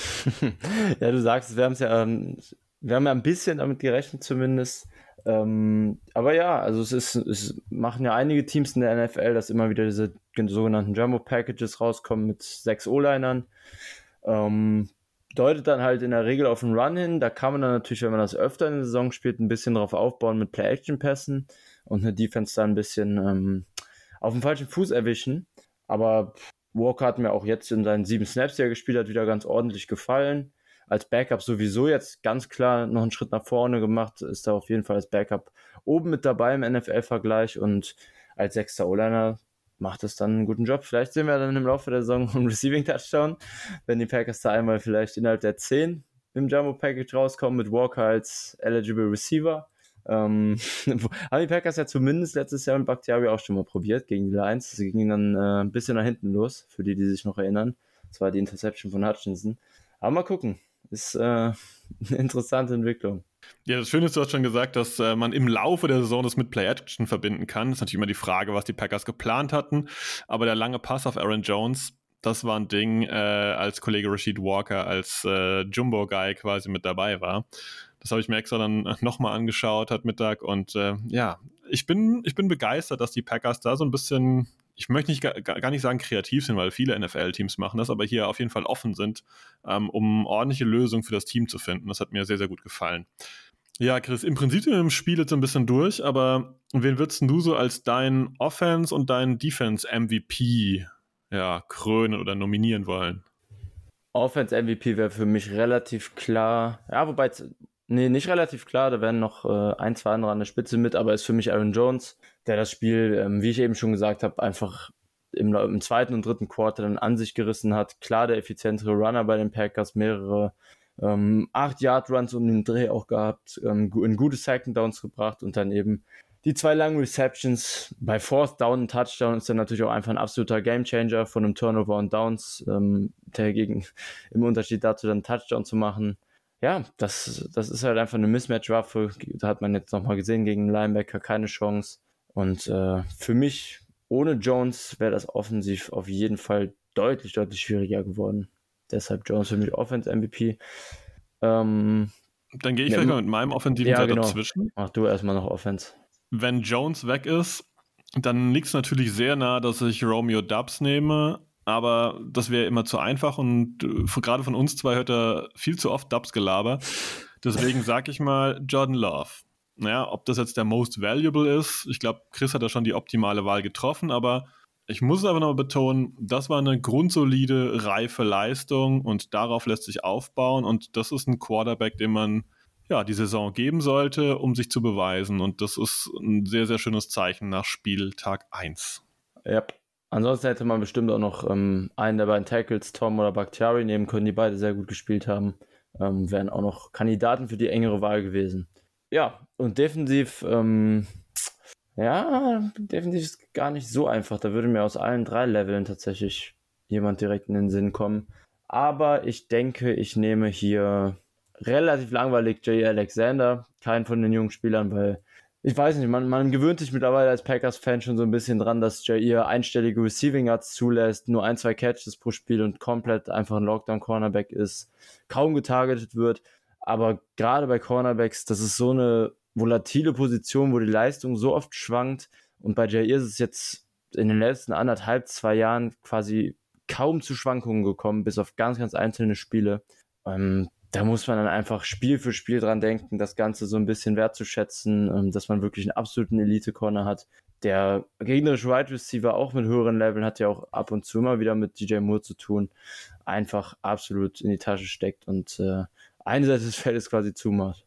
Ja, du sagst, wir haben es ja, ähm, wir haben ja ein bisschen damit gerechnet zumindest. Ähm, aber ja, also es ist, es machen ja einige Teams in der N F L, dass immer wieder diese sogenannten Jumbo-Packages rauskommen mit sechs O-Linern. Ähm, deutet dann halt in der Regel auf einen Run hin. Da kann man dann natürlich, wenn man das öfter in der Saison spielt, ein bisschen drauf aufbauen mit Play-Action-Pässen und eine Defense dann ein bisschen ähm, auf dem falschen Fuß erwischen. Aber Walker hat mir auch jetzt in seinen sieben Snaps, die er gespielt hat, wieder ganz ordentlich gefallen. Als Backup sowieso jetzt ganz klar noch einen Schritt nach vorne gemacht, ist er auf jeden Fall als Backup oben mit dabei im N F L-Vergleich und als sechster O-Liner macht es dann einen guten Job. Vielleicht sehen wir dann im Laufe der Saison einen Receiving-Touchdown, wenn die Packers da einmal vielleicht innerhalb der zehn im Jumbo-Package rauskommen mit Walker als eligible Receiver. Ähm, haben die Packers ja zumindest letztes Jahr mit Bakhtiari auch schon mal probiert gegen die Lions. Sie gingen dann äh, ein bisschen nach hinten los, für die, die sich noch erinnern. Das war die Interception von Hutchinson. Aber mal gucken. Ist äh, eine interessante Entwicklung. Ja, das Schöne ist, du hast schon gesagt, dass äh, man im Laufe der Saison das mit Play-Action verbinden kann. Das ist natürlich immer die Frage, was die Packers geplant hatten. Aber der lange Pass auf Aaron Jones, das war ein Ding, äh, als Kollege Rasheed Walker als äh, Jumbo-Guy quasi mit dabei war. Das habe ich mir extra dann nochmal angeschaut heute Mittag. Und äh, ja, ich bin, ich bin begeistert, dass die Packers da so ein bisschen, ich möchte nicht gar, gar nicht sagen kreativ sind, weil viele N F L-Teams machen das, aber hier auf jeden Fall offen sind, ähm, um ordentliche Lösungen für das Team zu finden. Das hat mir sehr, sehr gut gefallen. Ja, Chris, im Prinzip sind wir im Spiel jetzt ein bisschen durch, aber wen würdest du so als deinen Offense- und deinen Defense-M V P ja, krönen oder nominieren wollen? Offense-M V P wäre für mich relativ klar. Ja, wobei, nee, nicht relativ klar, da werden noch äh, ein, zwei andere an der Spitze mit, aber ist für mich Aaron Jones, der das Spiel, ähm, wie ich eben schon gesagt habe, einfach im, im zweiten und dritten Quarter dann an sich gerissen hat. Klar, der effizientere Runner bei den Packers, mehrere ähm, acht Yard Runs um den Dreh auch gehabt, ähm, in gute Second Downs gebracht und dann eben die zwei langen Receptions. Bei Fourth Down und Touchdown ist dann natürlich auch einfach ein absoluter Gamechanger von einem Turnover und Downs, ähm, der gegen, im Unterschied dazu dann Touchdown zu machen. Ja, das, das ist halt einfach eine Mismatch-Waffe. Da hat man jetzt nochmal gesehen, gegen einen Linebacker keine Chance. Und äh, für mich, ohne Jones, wäre das offensiv auf jeden Fall deutlich, deutlich schwieriger geworden. Deshalb Jones für mich Offense-M V P. Ähm, Dann gehe ich ja, vielleicht mal mit meinem offensiven ja, Teil genau. dazwischen. Mach du erstmal noch Offense. Wenn Jones weg ist, dann liegt es natürlich sehr nah, dass ich Romeo Doubs nehme, aber das wäre immer zu einfach und äh, gerade von uns zwei hört er viel zu oft Doubs-Gelaber. Deswegen sage ich mal Jordan Love. Naja, ob das jetzt der Most Valuable ist, ich glaube, Chris hat da schon die optimale Wahl getroffen, aber ich muss aber noch betonen, das war eine grundsolide, reife Leistung und darauf lässt sich aufbauen und das ist ein Quarterback, den man ja die Saison geben sollte, um sich zu beweisen und das ist ein sehr, sehr schönes Zeichen nach Spieltag eins. Ja, ansonsten hätte man bestimmt auch noch ähm, einen der beiden Tackles, Tom oder Bakhtiari, nehmen können, die beide sehr gut gespielt haben. Ähm, wären auch noch Kandidaten für die engere Wahl gewesen. Ja, und defensiv, ähm, ja, defensiv ist gar nicht so einfach. Da würde mir aus allen drei Leveln tatsächlich jemand direkt in den Sinn kommen. Aber ich denke, ich nehme hier relativ langweilig Jay Alexander, keinen von den jungen Spielern, weil ich weiß nicht, man, man gewöhnt sich mittlerweile als Packers-Fan schon so ein bisschen dran, dass Jair einstellige Receiving Yards zulässt, nur ein, zwei Catches pro Spiel und komplett einfach ein Lockdown-Cornerback ist, kaum getargetet wird. Aber gerade bei Cornerbacks, das ist so eine volatile Position, wo die Leistung so oft schwankt. Und bei Jair ist es jetzt in den letzten anderthalb, zwei Jahren quasi kaum zu Schwankungen gekommen, bis auf ganz, ganz einzelne Spiele. Ähm, da muss man dann einfach Spiel für Spiel dran denken, das Ganze so ein bisschen wertzuschätzen, ähm, dass man wirklich einen absoluten Elite-Corner hat. Der gegnerische Wide Receiver auch mit höheren Leveln hat ja auch ab und zu immer wieder mit D J Moore zu tun, einfach absolut in die Tasche steckt und äh, eine Seite des Feldes quasi zumacht.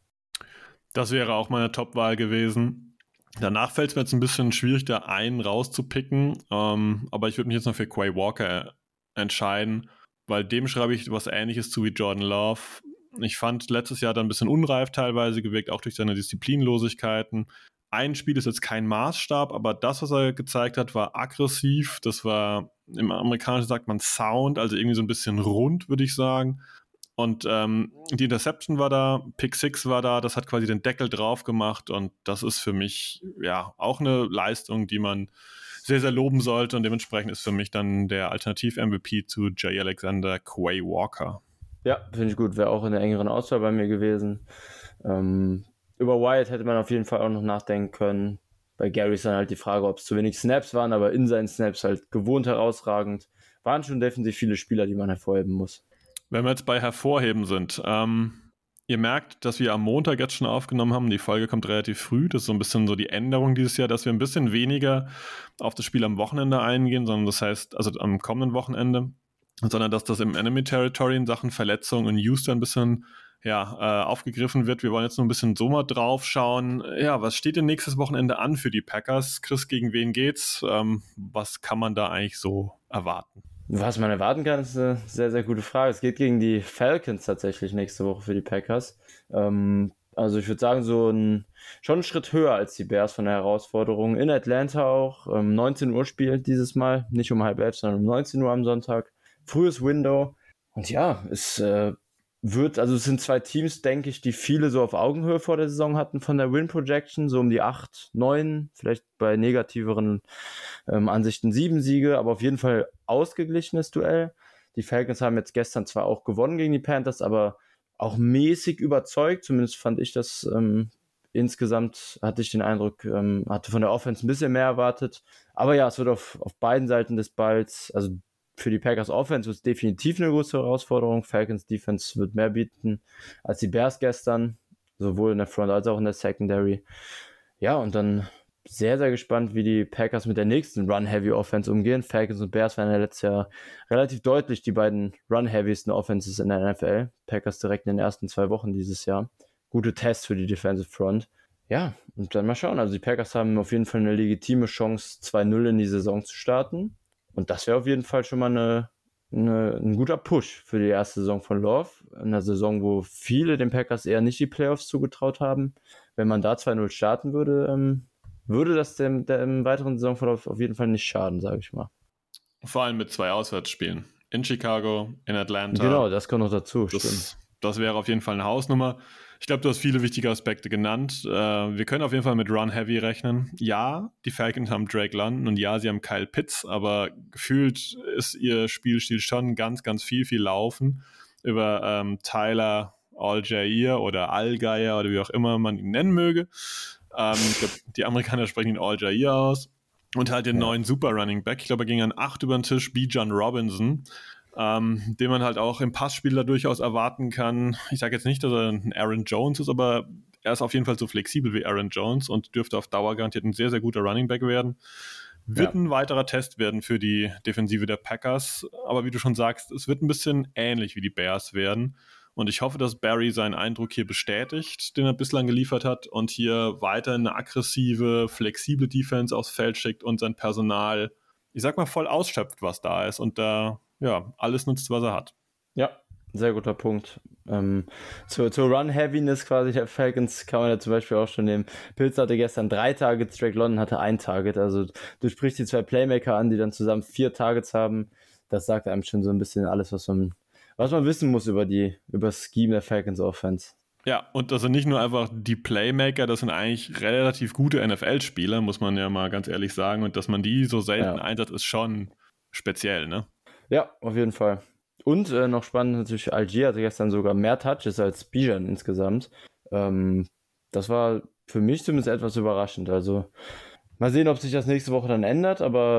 Das wäre auch meine Top-Wahl gewesen. Danach fällt es mir jetzt ein bisschen schwierig, da einen rauszupicken, ähm, aber ich würde mich jetzt noch für Quay Walker entscheiden, weil dem schreibe ich was Ähnliches zu wie Jordan Love. Ich fand letztes Jahr dann ein bisschen unreif teilweise gewirkt, auch durch seine Disziplinlosigkeiten. Ein Spiel ist jetzt kein Maßstab, aber das, was er gezeigt hat, war aggressiv. Das war, im Amerikanischen sagt man Sound, also irgendwie so ein bisschen rund, würde ich sagen. Und ähm, die Interception war da, Pick Six war da, das hat quasi den Deckel drauf gemacht und das ist für mich ja auch eine Leistung, die man sehr, sehr loben sollte und dementsprechend ist für mich dann der Alternativ-M V P zu Jay Alexander Quay Walker. Ja, finde ich gut, wäre auch in der engeren Auswahl bei mir gewesen. Ähm, über Wyatt hätte man auf jeden Fall auch noch nachdenken können. Bei Gary ist dann halt die Frage, ob es zu wenig Snaps waren, aber in seinen Snaps halt gewohnt herausragend. Waren schon definitiv viele Spieler, die man hervorheben muss. Wenn wir jetzt bei Hervorheben sind, ähm, ihr merkt, dass wir am Montag jetzt schon aufgenommen haben, die Folge kommt relativ früh, das ist so ein bisschen so die Änderung dieses Jahr, dass wir ein bisschen weniger auf das Spiel am Wochenende eingehen, sondern das heißt, also am kommenden Wochenende, sondern dass das im Enemy Territory in Sachen Verletzungen und News ein bisschen ja, äh, aufgegriffen wird. Wir wollen jetzt nur ein bisschen so mal drauf schauen. Ja, was steht denn nächstes Wochenende an für die Packers? Chris, gegen wen geht's? Ähm, was kann man da eigentlich so erwarten? Was man erwarten kann, ist eine sehr, sehr gute Frage. Es geht gegen die Falcons tatsächlich nächste Woche für die Packers. Ähm, also ich würde sagen, so ein schon einen Schritt höher als die Bears von der Herausforderung. In Atlanta auch. Ähm, neunzehn Uhr Spiel dieses Mal. Nicht um halb elf, sondern um neunzehn Uhr am Sonntag. Frühes Window. Und ja, es äh, wird, also es sind zwei Teams, denke ich, die viele so auf Augenhöhe vor der Saison hatten von der Win-Projection, so um die acht, neun, vielleicht bei negativeren ähm, Ansichten sieben Siege, aber auf jeden Fall ausgeglichenes Duell. Die Falcons haben jetzt gestern zwar auch gewonnen gegen die Panthers, aber auch mäßig überzeugt, zumindest fand ich das ähm, insgesamt, hatte ich den Eindruck, ähm, hatte von der Offense ein bisschen mehr erwartet, aber ja, es wird auf, auf beiden Seiten des Balls, also für die Packers Offense wird es definitiv eine große Herausforderung. Falcons Defense wird mehr bieten als die Bears gestern, sowohl in der Front als auch in der Secondary. Ja, und dann sehr, sehr gespannt, wie die Packers mit der nächsten Run-Heavy-Offense umgehen. Falcons und Bears waren ja letztes Jahr relativ deutlich die beiden Run-Heaviesten Offenses in der N F L. Packers direkt in den ersten zwei Wochen dieses Jahr. Gute Tests für die Defensive Front. Ja, und dann mal schauen. Also die Packers haben auf jeden Fall eine legitime Chance, zwei null in die Saison zu starten. Und das wäre auf jeden Fall schon mal eine, eine, ein guter Push für die erste Saison von Love. In einer Saison, wo viele den Packers eher nicht die Playoffs zugetraut haben. Wenn man da zwei null starten würde, ähm, würde das dem, dem weiteren Saisonverlauf auf jeden Fall nicht schaden, sage ich mal. Vor allem mit zwei Auswärtsspielen. In Chicago, in Atlanta. Genau, das kommt noch dazu, das, stimmt. Das wäre auf jeden Fall eine Hausnummer. Ich glaube, du hast viele wichtige Aspekte genannt. Äh, wir können auf jeden Fall mit Run Heavy rechnen. Ja, die Falcons haben Drake London und ja, sie haben Kyle Pitts, aber gefühlt ist ihr Spielstil schon ganz, ganz viel, viel Laufen über ähm, Tyler Allgeier oder Allgeier oder wie auch immer man ihn nennen möge. Ähm, ich glaub, die Amerikaner sprechen ihn Allgeier aus. Und halt den ja. neuen Super Running Back. Ich glaube, er ging an acht über den Tisch, Bijan Robinson. Ähm, den man halt auch im Passspiel da durchaus erwarten kann. Ich sage jetzt nicht, dass er ein Aaron Jones ist, aber er ist auf jeden Fall so flexibel wie Aaron Jones und dürfte auf Dauer garantiert ein sehr, sehr guter Running Back werden. Wird ja. ein weiterer Test werden für die Defensive der Packers, aber wie du schon sagst, es wird ein bisschen ähnlich wie die Bears werden und ich hoffe, dass Barry seinen Eindruck hier bestätigt, den er bislang geliefert hat und hier weiter eine aggressive, flexible Defense aufs Feld schickt und sein Personal, ich sag mal, voll ausschöpft, was da ist und da ja, alles nutzt, was er hat. Ja, sehr guter Punkt. Ähm, zur, zur Run-Heaviness quasi der Falcons kann man ja zum Beispiel auch schon nehmen. Pilz hatte gestern drei Targets, Drake London hatte ein Target. Also du sprichst die zwei Playmaker an, die dann zusammen vier Targets haben. Das sagt einem schon so ein bisschen alles, was man, was man wissen muss über die über das Scheme der Falcons Offense. Ja, und das sind nicht nur einfach die Playmaker, das sind eigentlich relativ gute N F L-Spieler, muss man ja mal ganz ehrlich sagen. Und dass man die so selten ja. einsetzt, ist schon speziell, ne? Ja, auf jeden Fall. Und äh, noch spannend natürlich, Allgeier hatte gestern sogar mehr Touches als Bijan insgesamt. Ähm, das war für mich zumindest etwas überraschend. Also mal sehen, ob sich das nächste Woche dann ändert, aber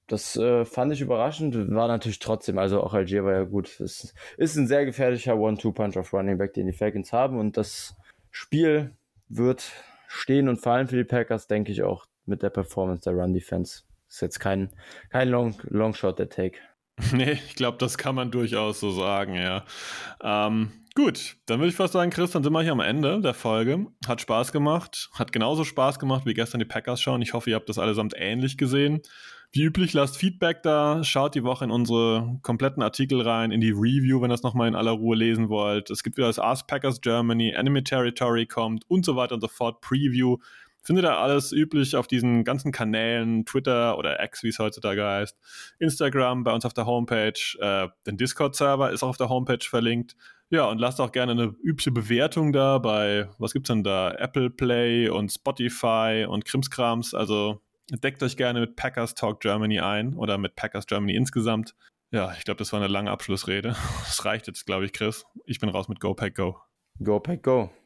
Das äh, fand ich überraschend, war natürlich trotzdem, also auch Algier war ja gut. Es ist ein sehr gefährlicher One-Two-Punch auf Running Back, den die Falcons haben, und das Spiel wird stehen und fallen für die Packers, denke ich auch, mit der Performance der Run-Defense. Ist jetzt kein, kein Long, Longshot, der Take. Nee, ich glaube, das kann man durchaus so sagen, ja. Ähm, gut, dann würde ich fast sagen, Chris, dann sind wir hier am Ende der Folge. Hat Spaß gemacht, hat genauso Spaß gemacht wie gestern die Packers schauen. Ich hoffe, ihr habt das allesamt ähnlich gesehen. Wie üblich, lasst Feedback da, schaut die Woche in unsere kompletten Artikel rein, in die Review, wenn ihr das nochmal in aller Ruhe lesen wollt. Es gibt wieder das Ask Packers Germany, Enemy Territory kommt und so weiter und so fort, Preview. Findet ihr alles üblich auf diesen ganzen Kanälen, Twitter oder X, wie es heutzutage heißt, Instagram, bei uns auf der Homepage, äh, den Discord-Server ist auch auf der Homepage verlinkt. Ja, und lasst auch gerne eine übliche Bewertung da bei, was gibt's denn da, Apple Play und Spotify und Krimskrams, also deckt euch gerne mit Packers Talk Germany ein oder mit Packers Germany insgesamt. Ja, ich glaube, das war eine lange Abschlussrede. Das reicht jetzt, glaube ich, Chris. Ich bin raus mit Go Pack Go. Go Pack Go.